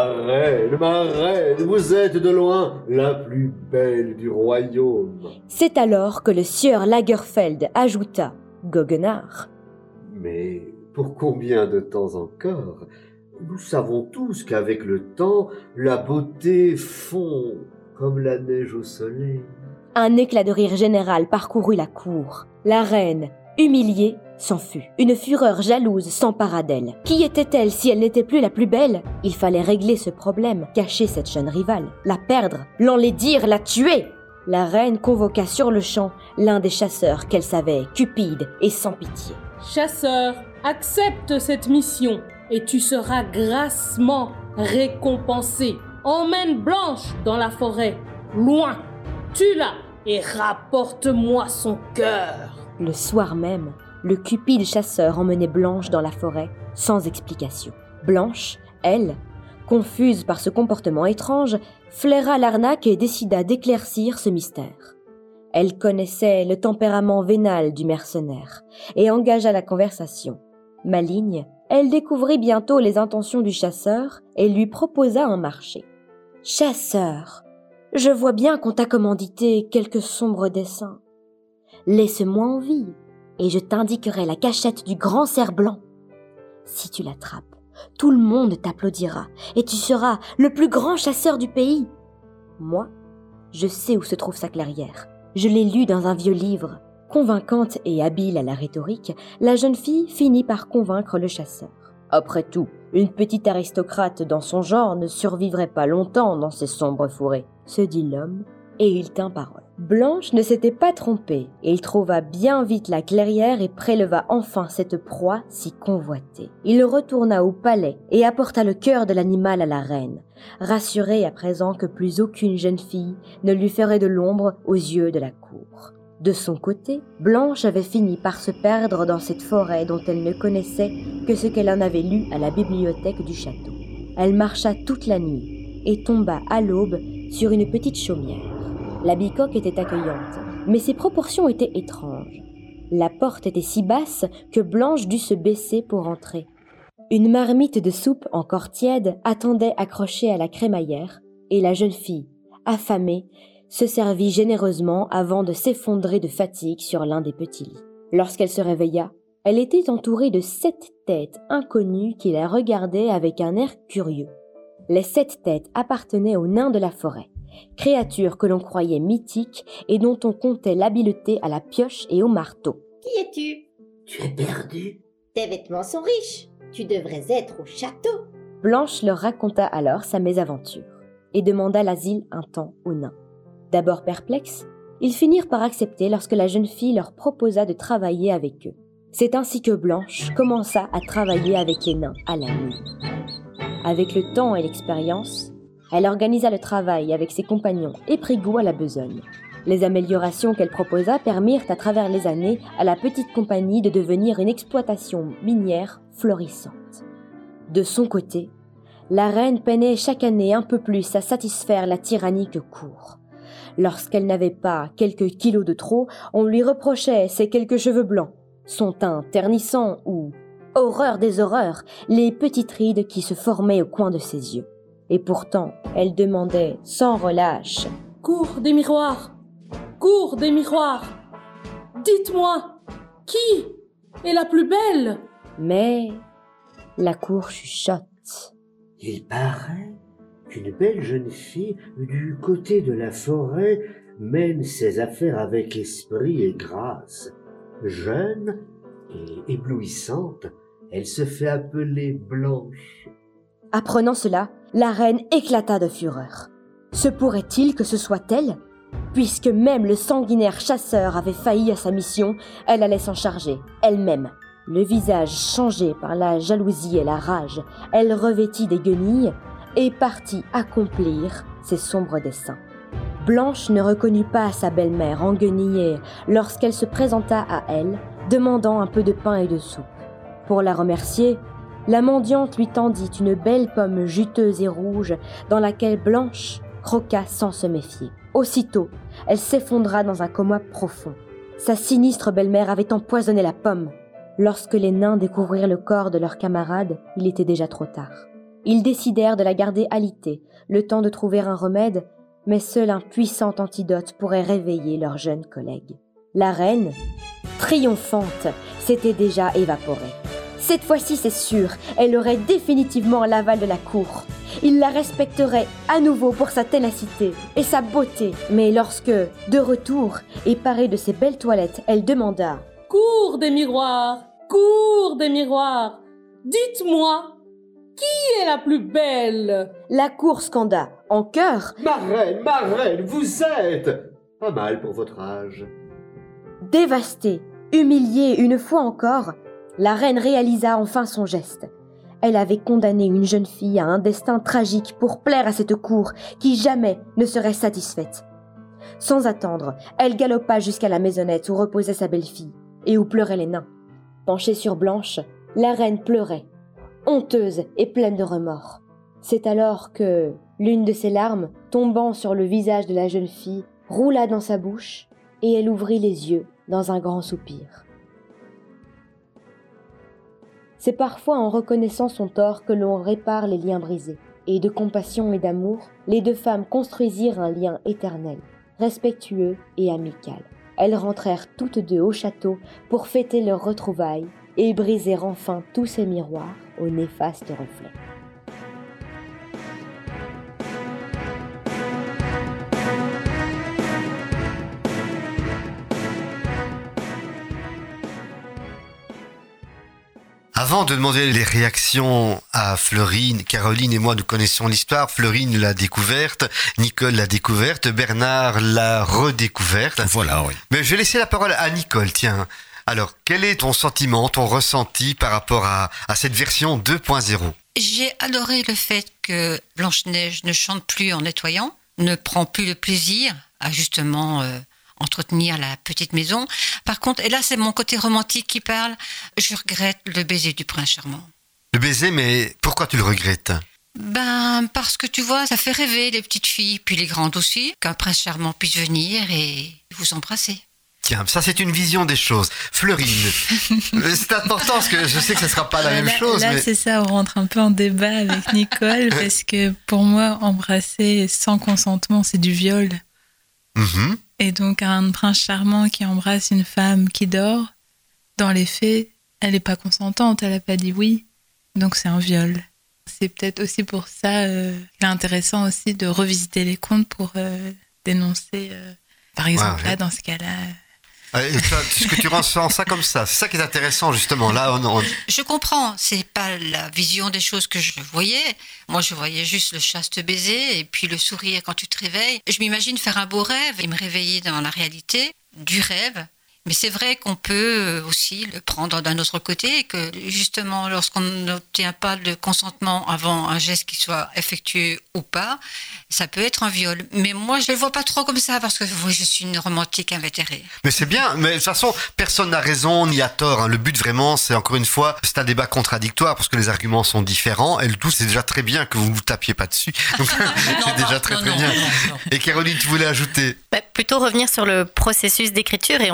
B: reine, vous êtes de loin la plus belle du royaume.
G: C'est alors que le sieur Lagerfeld ajouta, goguenard.
B: Mais pour combien de temps encore? Nous savons tous qu'avec le temps, la beauté fond comme la neige au soleil.
G: Un éclat de rire général parcourut la cour. La reine, humiliée, s'en fut. Une fureur jalouse s'empara d'elle. Qui était-elle si elle n'était plus la plus belle? Il fallait régler ce problème, cacher cette jeune rivale, la perdre, l'enlaidir, la tuer. La reine convoqua sur-le-champ l'un des chasseurs qu'elle savait cupide et sans pitié.
K: Chasseur, accepte cette mission et tu seras grassement récompensé. Emmène Blanche dans la forêt, loin, tue-la et rapporte-moi son cœur.
G: Le soir même, le cupide chasseur emmenait Blanche dans la forêt, sans explication. Blanche, elle, confuse par ce comportement étrange, flaira l'arnaque et décida d'éclaircir ce mystère. Elle connaissait le tempérament vénal du mercenaire et engagea la conversation. Maligne, elle découvrit bientôt les intentions du chasseur et lui proposa un marché. « Chasseur, je vois bien qu'on t'a commandité quelques sombres desseins. Laisse-moi en vie, et je t'indiquerai la cachette du grand cerf blanc. Si tu l'attrapes, tout le monde t'applaudira, et tu seras le plus grand chasseur du pays. Moi, je sais où se trouve sa clairière. Je l'ai lu dans un vieux livre. » Convaincante et habile à la rhétorique, la jeune fille finit par convaincre le chasseur. Après tout, une petite aristocrate dans son genre ne survivrait pas longtemps dans ces sombres forêts, se dit l'homme, et il tint parole. Blanche ne s'était pas trompée, et il trouva bien vite la clairière et préleva enfin cette proie si convoitée. Il retourna au palais et apporta le cœur de l'animal à la reine, rassurée à présent que plus aucune jeune fille ne lui ferait de l'ombre aux yeux de la cour. De son côté, Blanche avait fini par se perdre dans cette forêt dont elle ne connaissait que ce qu'elle en avait lu à la bibliothèque du château. Elle marcha toute la nuit et tomba à l'aube sur une petite chaumière. La bicoque était accueillante, mais ses proportions étaient étranges. La porte était si basse que Blanche dut se baisser pour entrer. Une marmite de soupe encore tiède attendait accrochée à la crémaillère, et la jeune fille, affamée, se servit généreusement avant de s'effondrer de fatigue sur l'un des petits lits. Lorsqu'elle se réveilla, elle était entourée de 7 têtes inconnues qui la regardaient avec un air curieux. Les 7 têtes appartenaient aux nains de la forêt, créatures que l'on croyait mythiques et dont on comptait l'habileté à la pioche et au marteau.
L: « Qui es-tu ?
B: Tu es perdu ?
L: Tes vêtements sont riches, tu devrais être au château. »
G: Blanche leur raconta alors sa mésaventure et demanda l'asile un temps aux nains. D'abord perplexes, ils finirent par accepter lorsque la jeune fille leur proposa de travailler avec eux. C'est ainsi que Blanche commença à travailler avec les nains à la nuit. Avec le temps et l'expérience, elle organisa le travail avec ses compagnons et prit goût à la besogne. Les améliorations qu'elle proposa permirent à travers les années à la petite compagnie de devenir une exploitation minière florissante. De son côté, la reine peinait chaque année un peu plus à satisfaire la tyrannique cour. Lorsqu'elle n'avait pas quelques kilos de trop, on lui reprochait ses quelques cheveux blancs, son teint ternissant ou, horreur des horreurs, les petites rides qui se formaient au coin de ses yeux. Et pourtant, elle demandait sans relâche.
K: Cour des miroirs! Cour des miroirs! Dites-moi, qui est la plus belle?
G: Mais la cour chuchote.
B: Il paraît qu'une belle jeune fille du côté de la forêt mène ses affaires avec esprit et grâce. Jeune et éblouissante, elle se fait appeler Blanche.
G: Apprenant cela, la reine éclata de fureur. Se pourrait-il que ce soit elle? Puisque même le sanguinaire chasseur avait failli à sa mission, elle allait s'en charger, elle-même. Le visage changé par la jalousie et la rage, elle revêtit des guenilles et partit accomplir ses sombres desseins. Blanche ne reconnut pas sa belle-mère enguenillée lorsqu'elle se présenta à elle, demandant un peu de pain et de soupe. Pour la remercier, la mendiante lui tendit une belle pomme juteuse et rouge dans laquelle Blanche croqua sans se méfier. Aussitôt, elle s'effondra dans un coma profond. Sa sinistre belle-mère avait empoisonné la pomme. Lorsque les nains découvrirent le corps de leur camarade, il était déjà trop tard. Ils décidèrent de la garder alitée, le temps de trouver un remède, mais seul un puissant antidote pourrait réveiller leur jeune collègue. La reine, triomphante, s'était déjà évaporée. Cette fois-ci, c'est sûr, elle aurait définitivement l'aval de la cour. Il la respecterait à nouveau pour sa ténacité et sa beauté. Mais lorsque, de retour et parée de ses belles toilettes, elle demanda «
K: Cour des miroirs, cour des miroirs, dites-moi, qui est la plus belle ?»
G: La cour scanda en chœur
B: « Ma reine, vous êtes pas mal pour votre âge. »
G: Dévastée, humiliée une fois encore, la reine réalisa enfin son geste. Elle avait condamné une jeune fille à un destin tragique pour plaire à cette cour qui jamais ne serait satisfaite. Sans attendre, elle galopa jusqu'à la maisonnette où reposait sa belle-fille et où pleuraient les nains. Penchée sur Blanche, la reine pleurait, honteuse et pleine de remords. C'est alors que l'une de ses larmes, tombant sur le visage de la jeune fille, roula dans sa bouche et elle ouvrit les yeux dans un grand soupir. C'est parfois en reconnaissant son tort que l'on répare les liens brisés. Et de compassion et d'amour, les deux femmes construisirent un lien éternel, respectueux et amical. Elles rentrèrent toutes deux au château pour fêter leur retrouvaille et briser enfin tous ces miroirs aux néfastes reflets.
A: Avant de demander les réactions à Fleurine, Caroline et moi nous connaissons l'histoire, Fleurine l'a découverte, Nicole l'a découverte, Bernard l'a redécouverte.
M: Voilà, oui.
A: Mais je vais laisser la parole à Nicole, tiens. Alors, quel est ton sentiment, ton ressenti par rapport à cette version 2.0 ?
H: J'ai adoré le fait que Blanche-Neige ne chante plus en nettoyant, ne prend plus le plaisir à justement entretenir la petite maison. Par contre, et là c'est mon côté romantique qui parle, je regrette le baiser du prince charmant.
A: Le baiser, mais pourquoi tu le regrettes ?
H: Parce que tu vois, ça fait rêver les petites filles, puis les grandes aussi, qu'un prince charmant puisse venir et vous embrasser.
A: Tiens, ça c'est une vision des choses. Fleurine, c'est important parce que je sais que ce ne sera pas la même chose.
C: Là,
A: mais...
C: c'est ça, on rentre un peu en débat avec Nicole, parce que pour moi, embrasser sans consentement, c'est du viol.
A: Mm-hmm.
C: Et donc, un prince charmant qui embrasse une femme qui dort, dans les faits, elle n'est pas consentante, elle n'a pas dit oui. Donc, c'est un viol. C'est peut-être aussi pour ça qu'il est intéressant aussi de revisiter les contes pour dénoncer, par exemple, là, dans ce cas-là...
A: Est-ce que tu ressens ça comme ça ? C'est ça qui est intéressant, justement. Là,
H: Je comprends, c'est pas la vision des choses que je voyais. Moi, je voyais juste le chaste baiser et puis le sourire quand tu te réveilles. Je m'imagine faire un beau rêve et me réveiller dans la réalité du rêve. Mais c'est vrai qu'on peut aussi le prendre d'un autre côté et que justement, lorsqu'on n'obtient pas de consentement avant un geste qui soit effectué ou pas, ça peut être un viol. Mais moi, je ne le vois pas trop comme ça parce que je suis une romantique invétérée.
A: Mais c'est bien. Mais de toute façon, personne n'a raison ni a tort. Hein. Le but vraiment, c'est encore une fois, c'est un débat contradictoire parce que les arguments sont différents. Et le tout, c'est déjà très bien que vous ne vous tapiez pas dessus. Donc, c'est déjà très bien. Non. Et Caroline, tu voulais ajouter ?
D: Plutôt revenir sur le processus d'écriture et on a eu de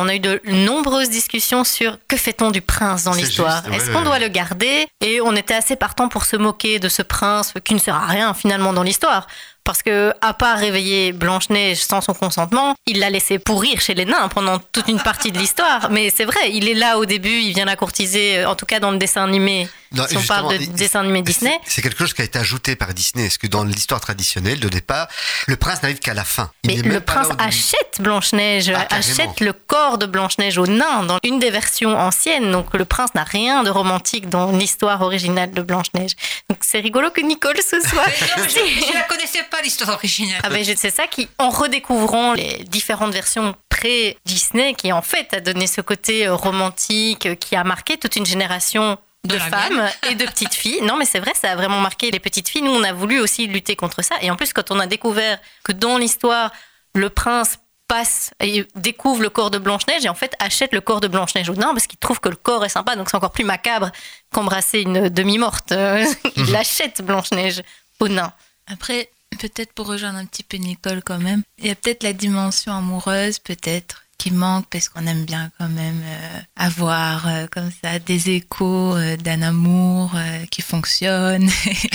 D: nombreuses discussions sur que fait-on du prince dans l'histoire. Est-ce qu'on doit le garder? Et on était assez partant pour se moquer de ce prince qui ne sert à rien finalement dans l'histoire. Parce que, à part réveiller Blanche-Neige sans son consentement, il l'a laissé pourrir chez les nains pendant toute une partie de l'histoire. Mais c'est vrai, il est là au début, il vient la courtiser, en tout cas dans le dessin animé.
A: Non,
D: si on parle de dessin animé Disney.
A: C'est quelque chose qui a été ajouté par Disney. Parce que dans l'histoire traditionnelle, de départ, le prince n'arrive qu'à la fin.
D: Mais le prince achète Blanche-Neige, achète le corps de Blanche-Neige aux nains dans une des versions anciennes. Donc le prince n'a rien de romantique dans l'histoire originale de Blanche-Neige. Donc c'est rigolo que Nicole ce soit.
H: Je la connaissais pas, l'histoire originale.
D: Ah ben c'est ça qui, en redécouvrant les différentes versions pré-Disney, qui en fait a donné ce côté romantique qui a marqué toute une génération de femmes et de petites filles. Non, mais c'est vrai, ça a vraiment marqué les petites filles. Nous, on a voulu aussi lutter contre ça. Et en plus, quand on a découvert que dans l'histoire, le prince passe et découvre le corps de Blanche-Neige et en fait achète le corps de Blanche-Neige aux nains parce qu'il trouve que le corps est sympa. Donc c'est encore plus macabre qu'embrasser une demi-morte. Il achète Blanche-Neige aux nains.
C: Après, peut-être pour rejoindre un petit peu Nicole quand même, il y a peut-être la dimension amoureuse, peut-être, qui manque parce qu'on aime bien quand même avoir comme ça des échos d'un amour qui fonctionne,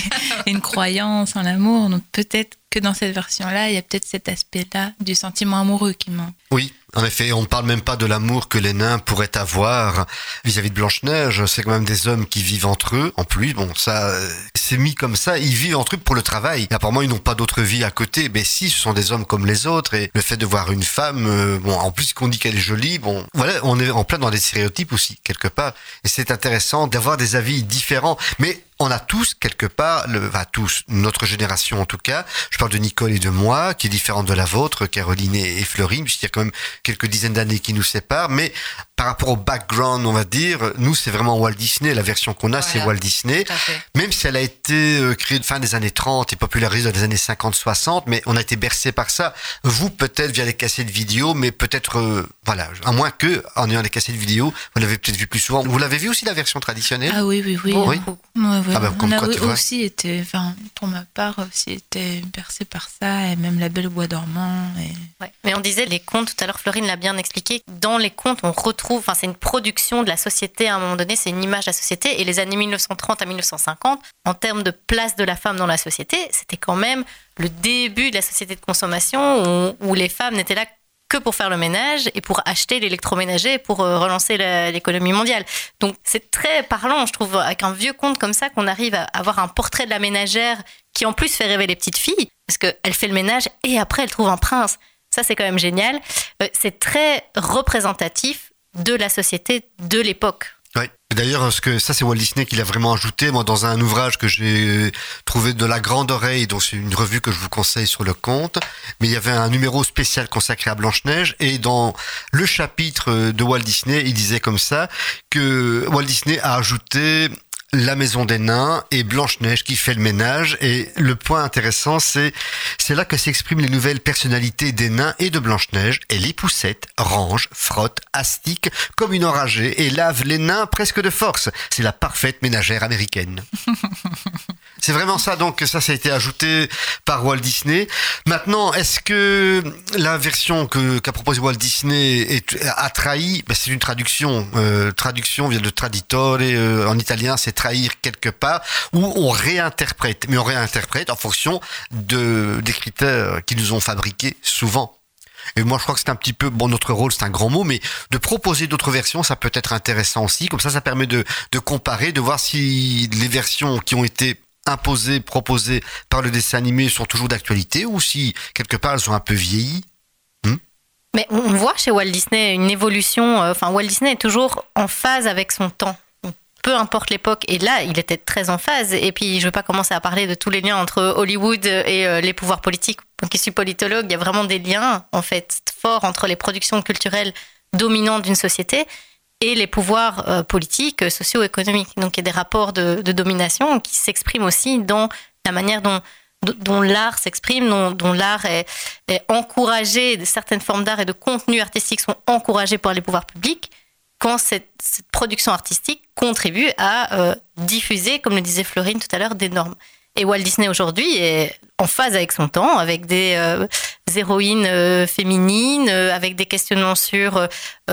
C: une croyance en l'amour. Donc peut-être que dans cette version-là, il y a peut-être cet aspect-là du sentiment amoureux qui manque.
A: Oui, en effet, on ne parle même pas de l'amour que les nains pourraient avoir vis-à-vis de Blanche-Neige. C'est quand même des hommes qui vivent entre eux. En plus, bon, ça, c'est mis comme ça. Ils vivent entre eux pour le travail. Et apparemment, ils n'ont pas d'autre vie à côté. Mais si, ce sont des hommes comme les autres. Et le fait de voir une femme, bon, en plus qu'on dit qu'elle est jolie, bon, voilà, on est en plein dans des stéréotypes aussi, quelque part. Et c'est intéressant d'avoir des avis différents. Mais on a tous, quelque part, tous, notre génération en tout cas, je parle de Nicole et de moi, qui est différente de la vôtre, Caroline et Florine, puisqu'il y a quand même quelques dizaines d'années qui nous séparent, mais par rapport au background, on va dire, nous, c'est vraiment Walt Disney, la version qu'on a, c'est Walt Disney, même si elle a été créée fin des années 30 et popularisée dans les années 50-60, mais on a été bercé par ça. Vous, peut-être via les cassettes vidéo, mais peut-être, voilà, à moins que, en ayant les cassettes vidéo, vous l'avez peut-être vu plus souvent. Vous l'avez vu aussi, la version traditionnelle?
C: Ah oui.
A: Bon, oui.
C: Ouais.
A: Ah ben, comme
C: on
A: quoi,
C: a
A: tu vois.
C: aussi été, enfin, pour ma part, aussi été bercé par ça, et même La Belle au Bois dormant.
D: Ouais. Mais on disait les contes, tout à l'heure Florine l'a bien expliqué, dans les contes on retrouve, enfin c'est une production de la société à un moment donné, c'est une image de la société, et les années 1930 à 1950, en termes de place de la femme dans la société, c'était quand même le début de la société de consommation où les femmes n'étaient là que pour faire le ménage et pour acheter l'électroménager pour relancer l'économie mondiale. Donc c'est très parlant, je trouve, avec un vieux conte comme ça, qu'on arrive à avoir un portrait de la ménagère qui en plus fait rêver les petites filles, parce qu'elle fait le ménage et après elle trouve un prince. Ça c'est quand même génial. C'est très représentatif de la société de l'époque.
A: Oui. D'ailleurs, parce que ça, c'est Walt Disney qui l'a vraiment ajouté. Moi, dans un ouvrage que j'ai trouvé de La Grande Oreille, donc c'est une revue que je vous conseille sur le conte, mais il y avait un numéro spécial consacré à Blanche-Neige, et dans le chapitre de Walt Disney, il disait comme ça que Walt Disney a ajouté La Maison des Nains et Blanche-Neige qui fait le ménage. Et le point intéressant, c'est là que s'expriment les nouvelles personnalités des nains et de Blanche-Neige. Elle les poussette, range, frotte, astique comme une enragée et lave les nains presque de force. C'est la parfaite ménagère américaine. C'est vraiment ça, donc ça a été ajouté par Walt Disney. Maintenant, est-ce que la version qu'a proposée Walt Disney a trahi? C'est une traduction. Traduction vient de traditore, en italien c'est trahir quelque part, ou on réinterprète. Mais on réinterprète en fonction des critères qui nous ont fabriqués souvent. Et moi, je crois que c'est un petit peu, bon, notre rôle, c'est un grand mot, mais de proposer d'autres versions, ça peut être intéressant aussi. Comme ça permet de comparer, de voir si les versions qui ont été imposées, proposées par le dessin animé sont toujours d'actualité ou si, quelque part, elles sont un peu vieillies.
D: Mais on voit chez Walt Disney une évolution. Enfin, Walt Disney est toujours en phase avec son temps. Peu importe l'époque, et là, il était très en phase. Et puis, je ne vais pas commencer à parler de tous les liens entre Hollywood et les pouvoirs politiques. Donc, je suis politologue, il y a vraiment des liens, en fait, forts entre les productions culturelles dominantes d'une société et les pouvoirs politiques, socio-économiques. Donc, il y a des rapports de domination qui s'expriment aussi dans la manière dont l'art s'exprime, dont l'art est encouragé, certaines formes d'art et de contenus artistiques sont encouragés par les pouvoirs publics, quand cette production artistique contribue à diffuser, comme le disait Florine tout à l'heure, des normes. Et Walt Disney aujourd'hui est en phase avec son temps, avec des héroïnes féminines, avec des questionnements sur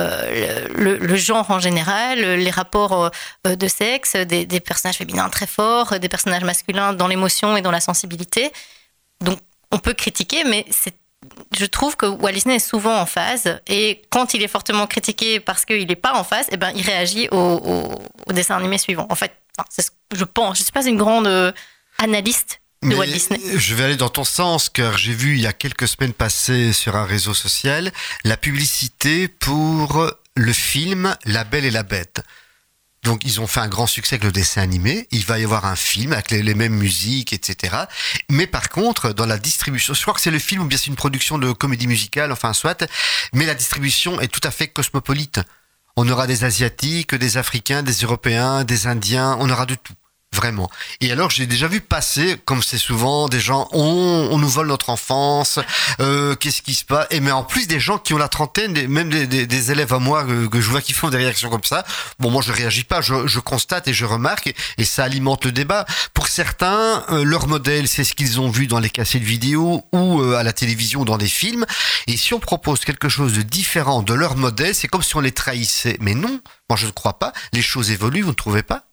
D: le genre en général, les rapports de sexe, des personnages féminins très forts, des personnages masculins dans l'émotion et dans la sensibilité. Donc, on peut critiquer, mais je trouve que Walt Disney est souvent en phase, et quand il est fortement critiqué parce qu'il n'est pas en phase, eh ben, il réagit au dessin animé suivant. En fait, c'est ce que je pense. Je ne suis pas une grande analyste de Walt Disney.
A: Je vais aller dans ton sens, car j'ai vu il y a quelques semaines passer sur un réseau social la publicité pour le film La Belle et la Bête. Donc, ils ont fait un grand succès avec le dessin animé. Il va y avoir un film avec les mêmes musiques, etc. Mais par contre, dans la distribution, je crois que c'est le film ou bien c'est une production de comédie musicale, enfin soit, mais la distribution est tout à fait cosmopolite. On aura des Asiatiques, des Africains, des Européens, des Indiens, on aura de tout. Vraiment. Et alors, j'ai déjà vu passer, comme c'est souvent, des gens, on nous vole notre enfance, qu'est-ce qui se passe? Et mais en plus, des gens qui ont la trentaine, même des élèves à moi que je vois qui font des réactions comme ça. Bon, moi, je réagis pas, je constate et je remarque, et ça alimente le débat. Pour certains, leur modèle, c'est ce qu'ils ont vu dans les cassettes vidéo ou à la télévision ou dans des films. Et si on propose quelque chose de différent de leur modèle, c'est comme si on les trahissait. Mais non, moi, je ne crois pas. Les choses évoluent, vous ne trouvez pas?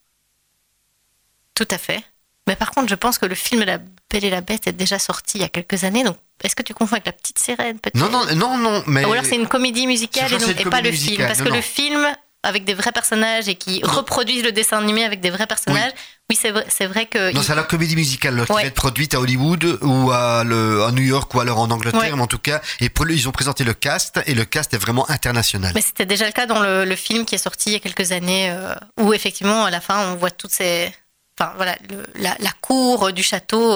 D: Tout à fait. Mais par contre, je pense que le film La Belle et la Bête est déjà sorti il y a quelques années. Donc, est-ce que tu confonds avec La Petite Sirène, peut-être?
A: Non. Mais...
D: Ou alors c'est une comédie musicale et pas le film. Parce que le film, avec des vrais personnages et qui reproduisent le dessin animé avec des vrais personnages, oui, c'est vrai que...
A: Non, c'est la comédie musicale qui va être produite à Hollywood ou à New York ou alors en Angleterre, mais en tout cas, ils ont présenté le cast, et le cast est vraiment international.
D: Mais c'était déjà le cas dans le film qui est sorti il y a quelques années, où effectivement, à la fin, on voit toutes ces... Enfin, voilà, la cour du château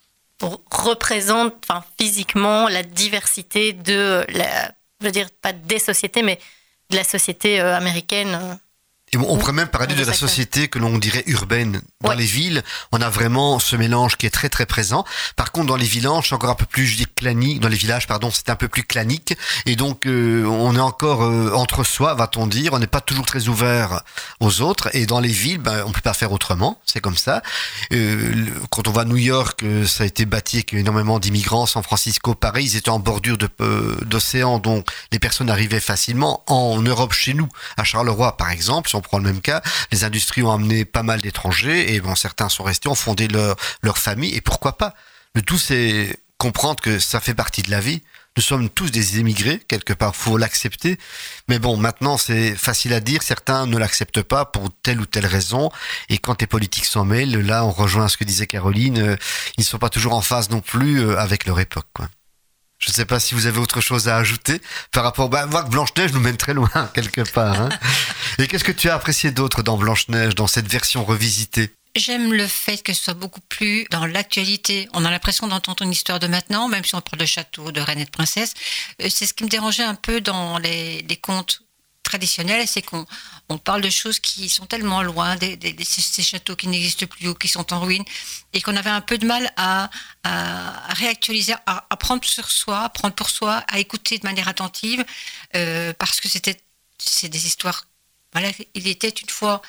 D: représente physiquement la diversité de je veux dire, pas des sociétés, mais de la société américaine.
A: Et on pourrait même parler de la société que l'on dirait urbaine. Dans les villes, on a vraiment ce mélange qui est très très présent. Par contre, dans les villages, c'est encore un peu plus, clanique. Dans les villages, c'est un peu plus clanique. Et donc, on est encore entre soi, va-t-on dire. On n'est pas toujours très ouvert aux autres. Et dans les villes, on peut pas faire autrement. C'est comme ça. Quand on va à New York, ça a été bâti avec énormément d'immigrants. San Francisco, pareil, ils étaient en bordure d'océan, donc les personnes arrivaient facilement. En Europe, chez nous, à Charleroi, par exemple, si on prend le même cas, les industries ont amené pas mal d'étrangers, et certains sont restés, ont fondé leur famille, et pourquoi pas? Le tout, c'est comprendre que ça fait partie de la vie. Nous sommes tous des émigrés, quelque part, faut l'accepter. Mais bon, maintenant, c'est facile à dire, certains ne l'acceptent pas pour telle ou telle raison, et quand les politiques s'en mêlent, là, on rejoint ce que disait Caroline, ils ne sont pas toujours en phase non plus avec leur époque, quoi. Je ne sais pas si vous avez autre chose à ajouter par rapport... voir que Blanche-Neige nous mène très loin, quelque part. Hein. Et qu'est-ce que tu as apprécié d'autre dans Blanche-Neige, dans cette version revisitée?
H: J'aime le fait que ce soit beaucoup plus dans l'actualité. On a l'impression d'entendre une histoire de maintenant, même si on parle de château, de reine et de princesse. C'est ce qui me dérangeait un peu dans les contes traditionnels, c'est qu'on parle de choses qui sont tellement loin, ces châteaux qui n'existent plus ou qui sont en ruine, et qu'on avait un peu de mal à réactualiser, à prendre sur soi, à prendre pour soi, à écouter de manière attentive, parce que c'est des histoires. Voilà, il était une fois,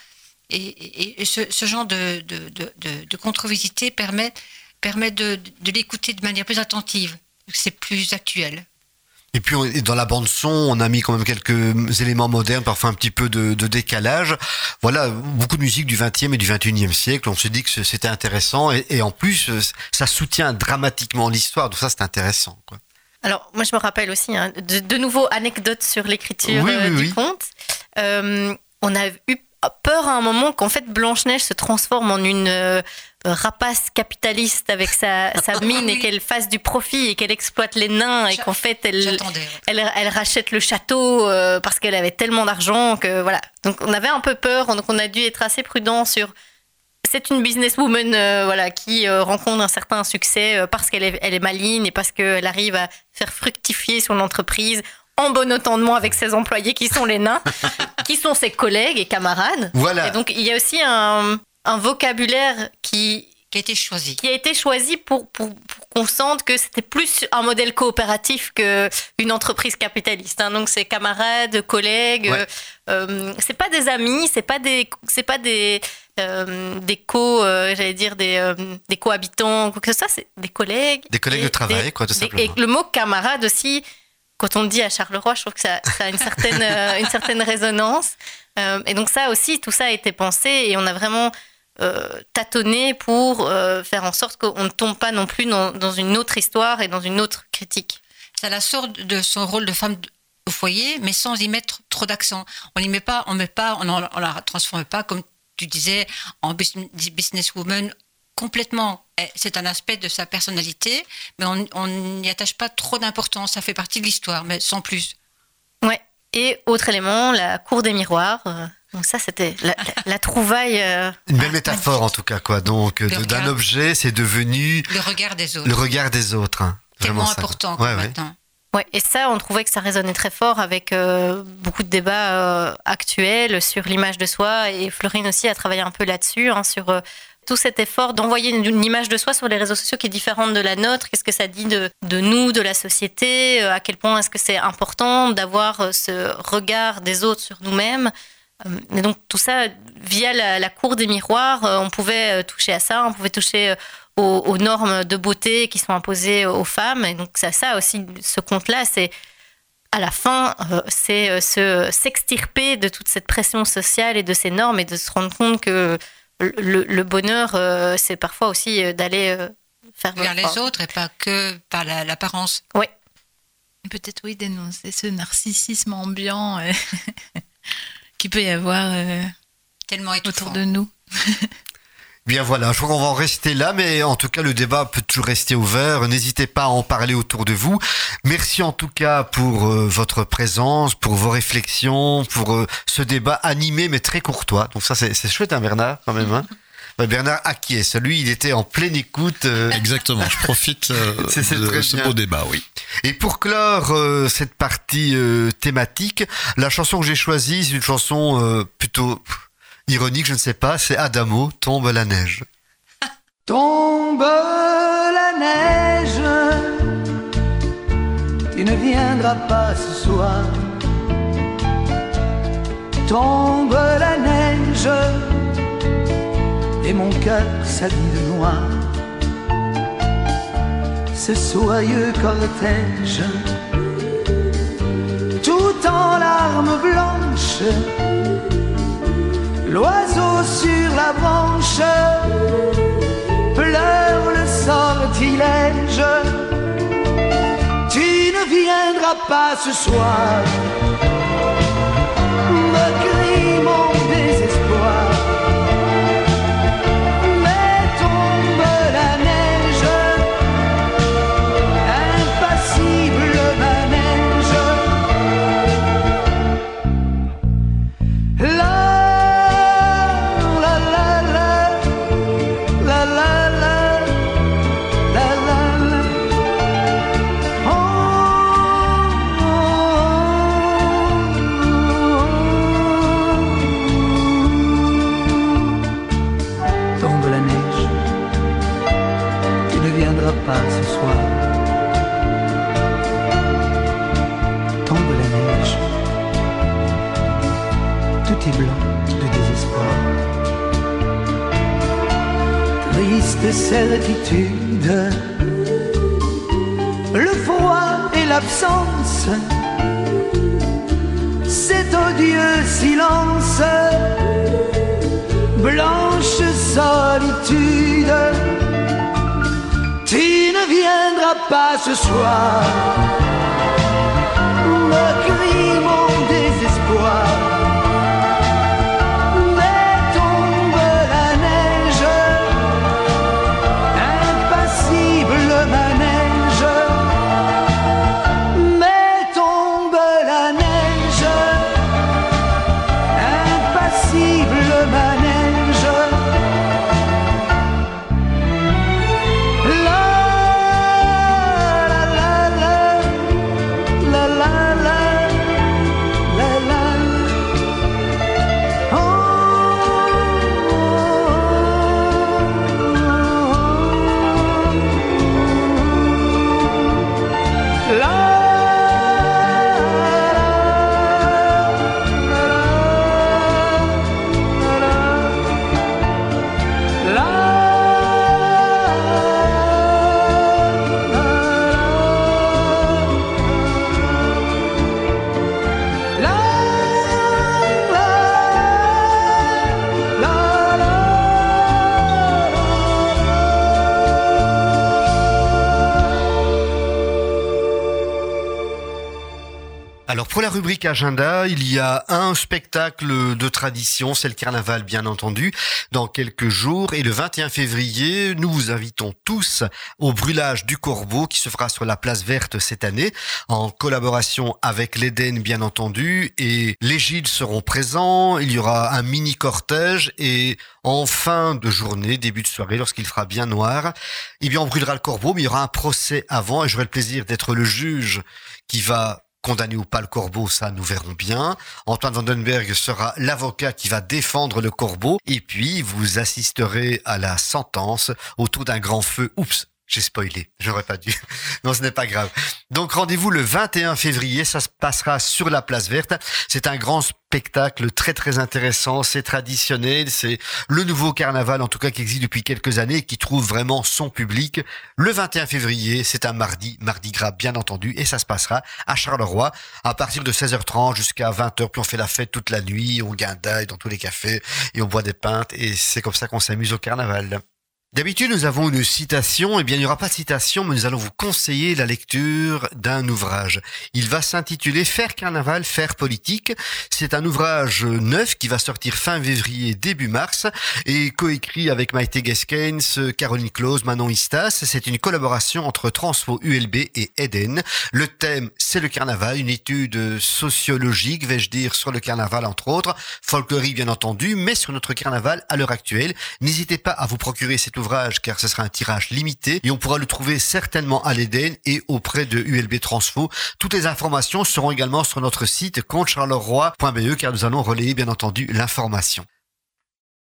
H: et ce genre de contre-visité permet de l'écouter de manière plus attentive. C'est plus actuel.
A: Et puis, dans la bande-son, on a mis quand même quelques éléments modernes, parfois un petit peu de décalage. Voilà, beaucoup de musique du 20e et du 21e siècle. On se dit que c'était intéressant. Et en plus, ça soutient dramatiquement l'histoire. Donc ça, c'est intéressant, quoi.
D: Alors, moi, je me rappelle aussi, de nouveau, anecdotes sur l'écriture du conte. On a eu peur à un moment qu'en fait, Blanche-Neige se transforme en une... rapace capitaliste avec sa mine et qu'elle fasse du profit et qu'elle exploite les nains et qu'en fait elle rachète le château parce qu'elle avait tellement d'argent que voilà. Donc on avait un peu peur, donc on a dû être assez prudent sur... C'est une businesswoman qui rencontre un certain succès parce qu'elle est maligne et parce qu'elle arrive à faire fructifier son entreprise en bon entendement avec ses employés qui sont les nains, qui sont ses collègues et camarades.
A: Voilà.
D: Et donc il y a aussi un vocabulaire qui
H: qui a été choisi.
D: Qui a été choisi pour qu'on sente que c'était plus un modèle coopératif qu'une entreprise capitaliste. Hein. Donc, c'est camarades, collègues.
A: Ouais.
D: C'est pas des amis, c'est pas des cohabitants ou quoi que ce soit. C'est des collègues.
A: Des collègues de travail, quoi, tout simplement.
D: Et le mot camarade aussi, quand on le dit à Charleroi, je trouve que ça a une certaine résonance. Et donc ça aussi, tout ça a été pensé et on a vraiment tâtonné pour faire en sorte qu'on ne tombe pas non plus dans une autre histoire et dans une autre critique.
H: Ça la sort de son rôle de femme au foyer, mais sans y mettre trop d'accent. On la transforme pas, comme tu disais, en businesswoman complètement. C'est un aspect de sa personnalité, mais on n'y attache pas trop d'importance. Ça fait partie de l'histoire, mais sans plus.
D: Ouais. Et autre élément, la cour des miroirs. Donc ça, c'était la trouvaille.
A: Une belle métaphore, en tout cas, quoi. Donc, d'un objet, c'est devenu...
H: Le regard des autres.
A: Le regard des autres. Hein.
H: Tellement
A: Vraiment
H: important
A: ça.
H: maintenant.
D: Ouais, et ça, on trouvait que ça résonnait très fort avec beaucoup de débats actuels sur l'image de soi. Et Florine aussi a travaillé un peu là-dessus, hein, sur tout cet effort d'envoyer une image de soi sur les réseaux sociaux qui est différente de la nôtre. Qu'est-ce que ça dit de nous, de la société? À quel point est-ce que c'est important d'avoir ce regard des autres sur nous-mêmes? Et donc tout ça, via la cour des miroirs, on pouvait toucher à ça, on pouvait toucher aux normes de beauté qui sont imposées aux femmes. Et donc ça aussi, ce conte-là, c'est à la fin, c'est s'extirper de toute cette pression sociale et de ces normes et de se rendre compte que le bonheur, c'est parfois aussi d'aller faire
H: vers les autres et pas que par l'apparence.
D: Oui.
C: Peut-être oui, dénoncer ce narcissisme ambiant qu'il peut y avoir
H: tellement
C: autour de nous.
A: Bien voilà, je crois qu'on va en rester là, mais en tout cas le débat peut toujours rester ouvert. N'hésitez pas à en parler autour de vous. Merci en tout cas pour votre présence, pour vos réflexions, pour ce débat animé mais très courtois. Donc ça c'est chouette, hein, Bernard, quand même. Hein. Bernard acquiesce, lui il était en pleine écoute.
M: Exactement, je profite de ce beau débat, oui.
A: Et pour clore cette partie thématique, la chanson que j'ai choisie, c'est une chanson plutôt ironique, je ne sais pas, c'est Adamo, Tombe la neige.
N: Tombe la neige, tu ne viendras pas ce soir. Tombe la neige, et mon cœur s'habille de noir. Ce soyeux cortège, tout en larmes blanches, l'oiseau sur la branche pleure le sortilège. Tu ne viendras pas ce soir, me crie mon désespoir. Mais tombe la neige, impassible manège. Pas ce soir. Tombe la neige, tout est blanc de désespoir. Triste certitude, le froid et l'absence, cet odieux silence, blanche solitude. Tu ne viendras pas ce soir, me crie mon désespoir. Mais tombe la neige, impassible manège. Mais tombe la neige, impassible manège. La la la
A: Alors pour la rubrique agenda, il y a un spectacle de tradition, c'est le carnaval bien entendu, dans quelques jours. Et le 21 février, nous vous invitons tous au brûlage du Corbeau qui se fera sur la place verte cette année, en collaboration avec l'Éden bien entendu. Et les Gilles seront présents, il y aura un mini cortège et en fin de journée, début de soirée, lorsqu'il fera bien noir, eh bien on brûlera le Corbeau, mais il y aura un procès avant et j'aurai le plaisir d'être le juge qui va condamné ou pas le Corbeau, ça nous verrons bien. Antoine Vandenberg sera l'avocat qui va défendre le Corbeau. Et puis, vous assisterez à la sentence autour d'un grand feu. Oups, j'ai spoilé, j'aurais pas dû. Non, ce n'est pas grave. Donc, rendez-vous le 21 février, ça se passera sur la place verte. C'est un grand spectacle très très intéressant, c'est traditionnel, c'est le nouveau carnaval en tout cas qui existe depuis quelques années et qui trouve vraiment son public. Le 21 février, c'est un mardi gras bien entendu, et ça se passera à Charleroi à partir de 16h30 jusqu'à 20h, puis on fait la fête toute la nuit, on guindaille dans tous les cafés et on boit des pintes et c'est comme ça qu'on s'amuse au carnaval. D'habitude, nous avons une citation. Eh bien, il n'y aura pas de citation, mais nous allons vous conseiller la lecture d'un ouvrage. Il va s'intituler « Faire carnaval, faire politique ». C'est un ouvrage neuf qui va sortir fin février, début mars, et coécrit avec Maïté Geskens, Caroline Claus, Manon Istas. C'est une collaboration entre Transfo, ULB et Eden. Le thème, c'est le carnaval, une étude sociologique, vais-je dire, sur le carnaval, entre autres. Folklorique, bien entendu, mais sur notre carnaval à l'heure actuelle. N'hésitez pas à vous procurer cet ouvrage car ce sera un tirage limité et on pourra le trouver certainement à l'Éden et auprès de ULB Transfo. Toutes les informations seront également sur notre site comptecharleroi.be car nous allons relayer bien entendu l'information.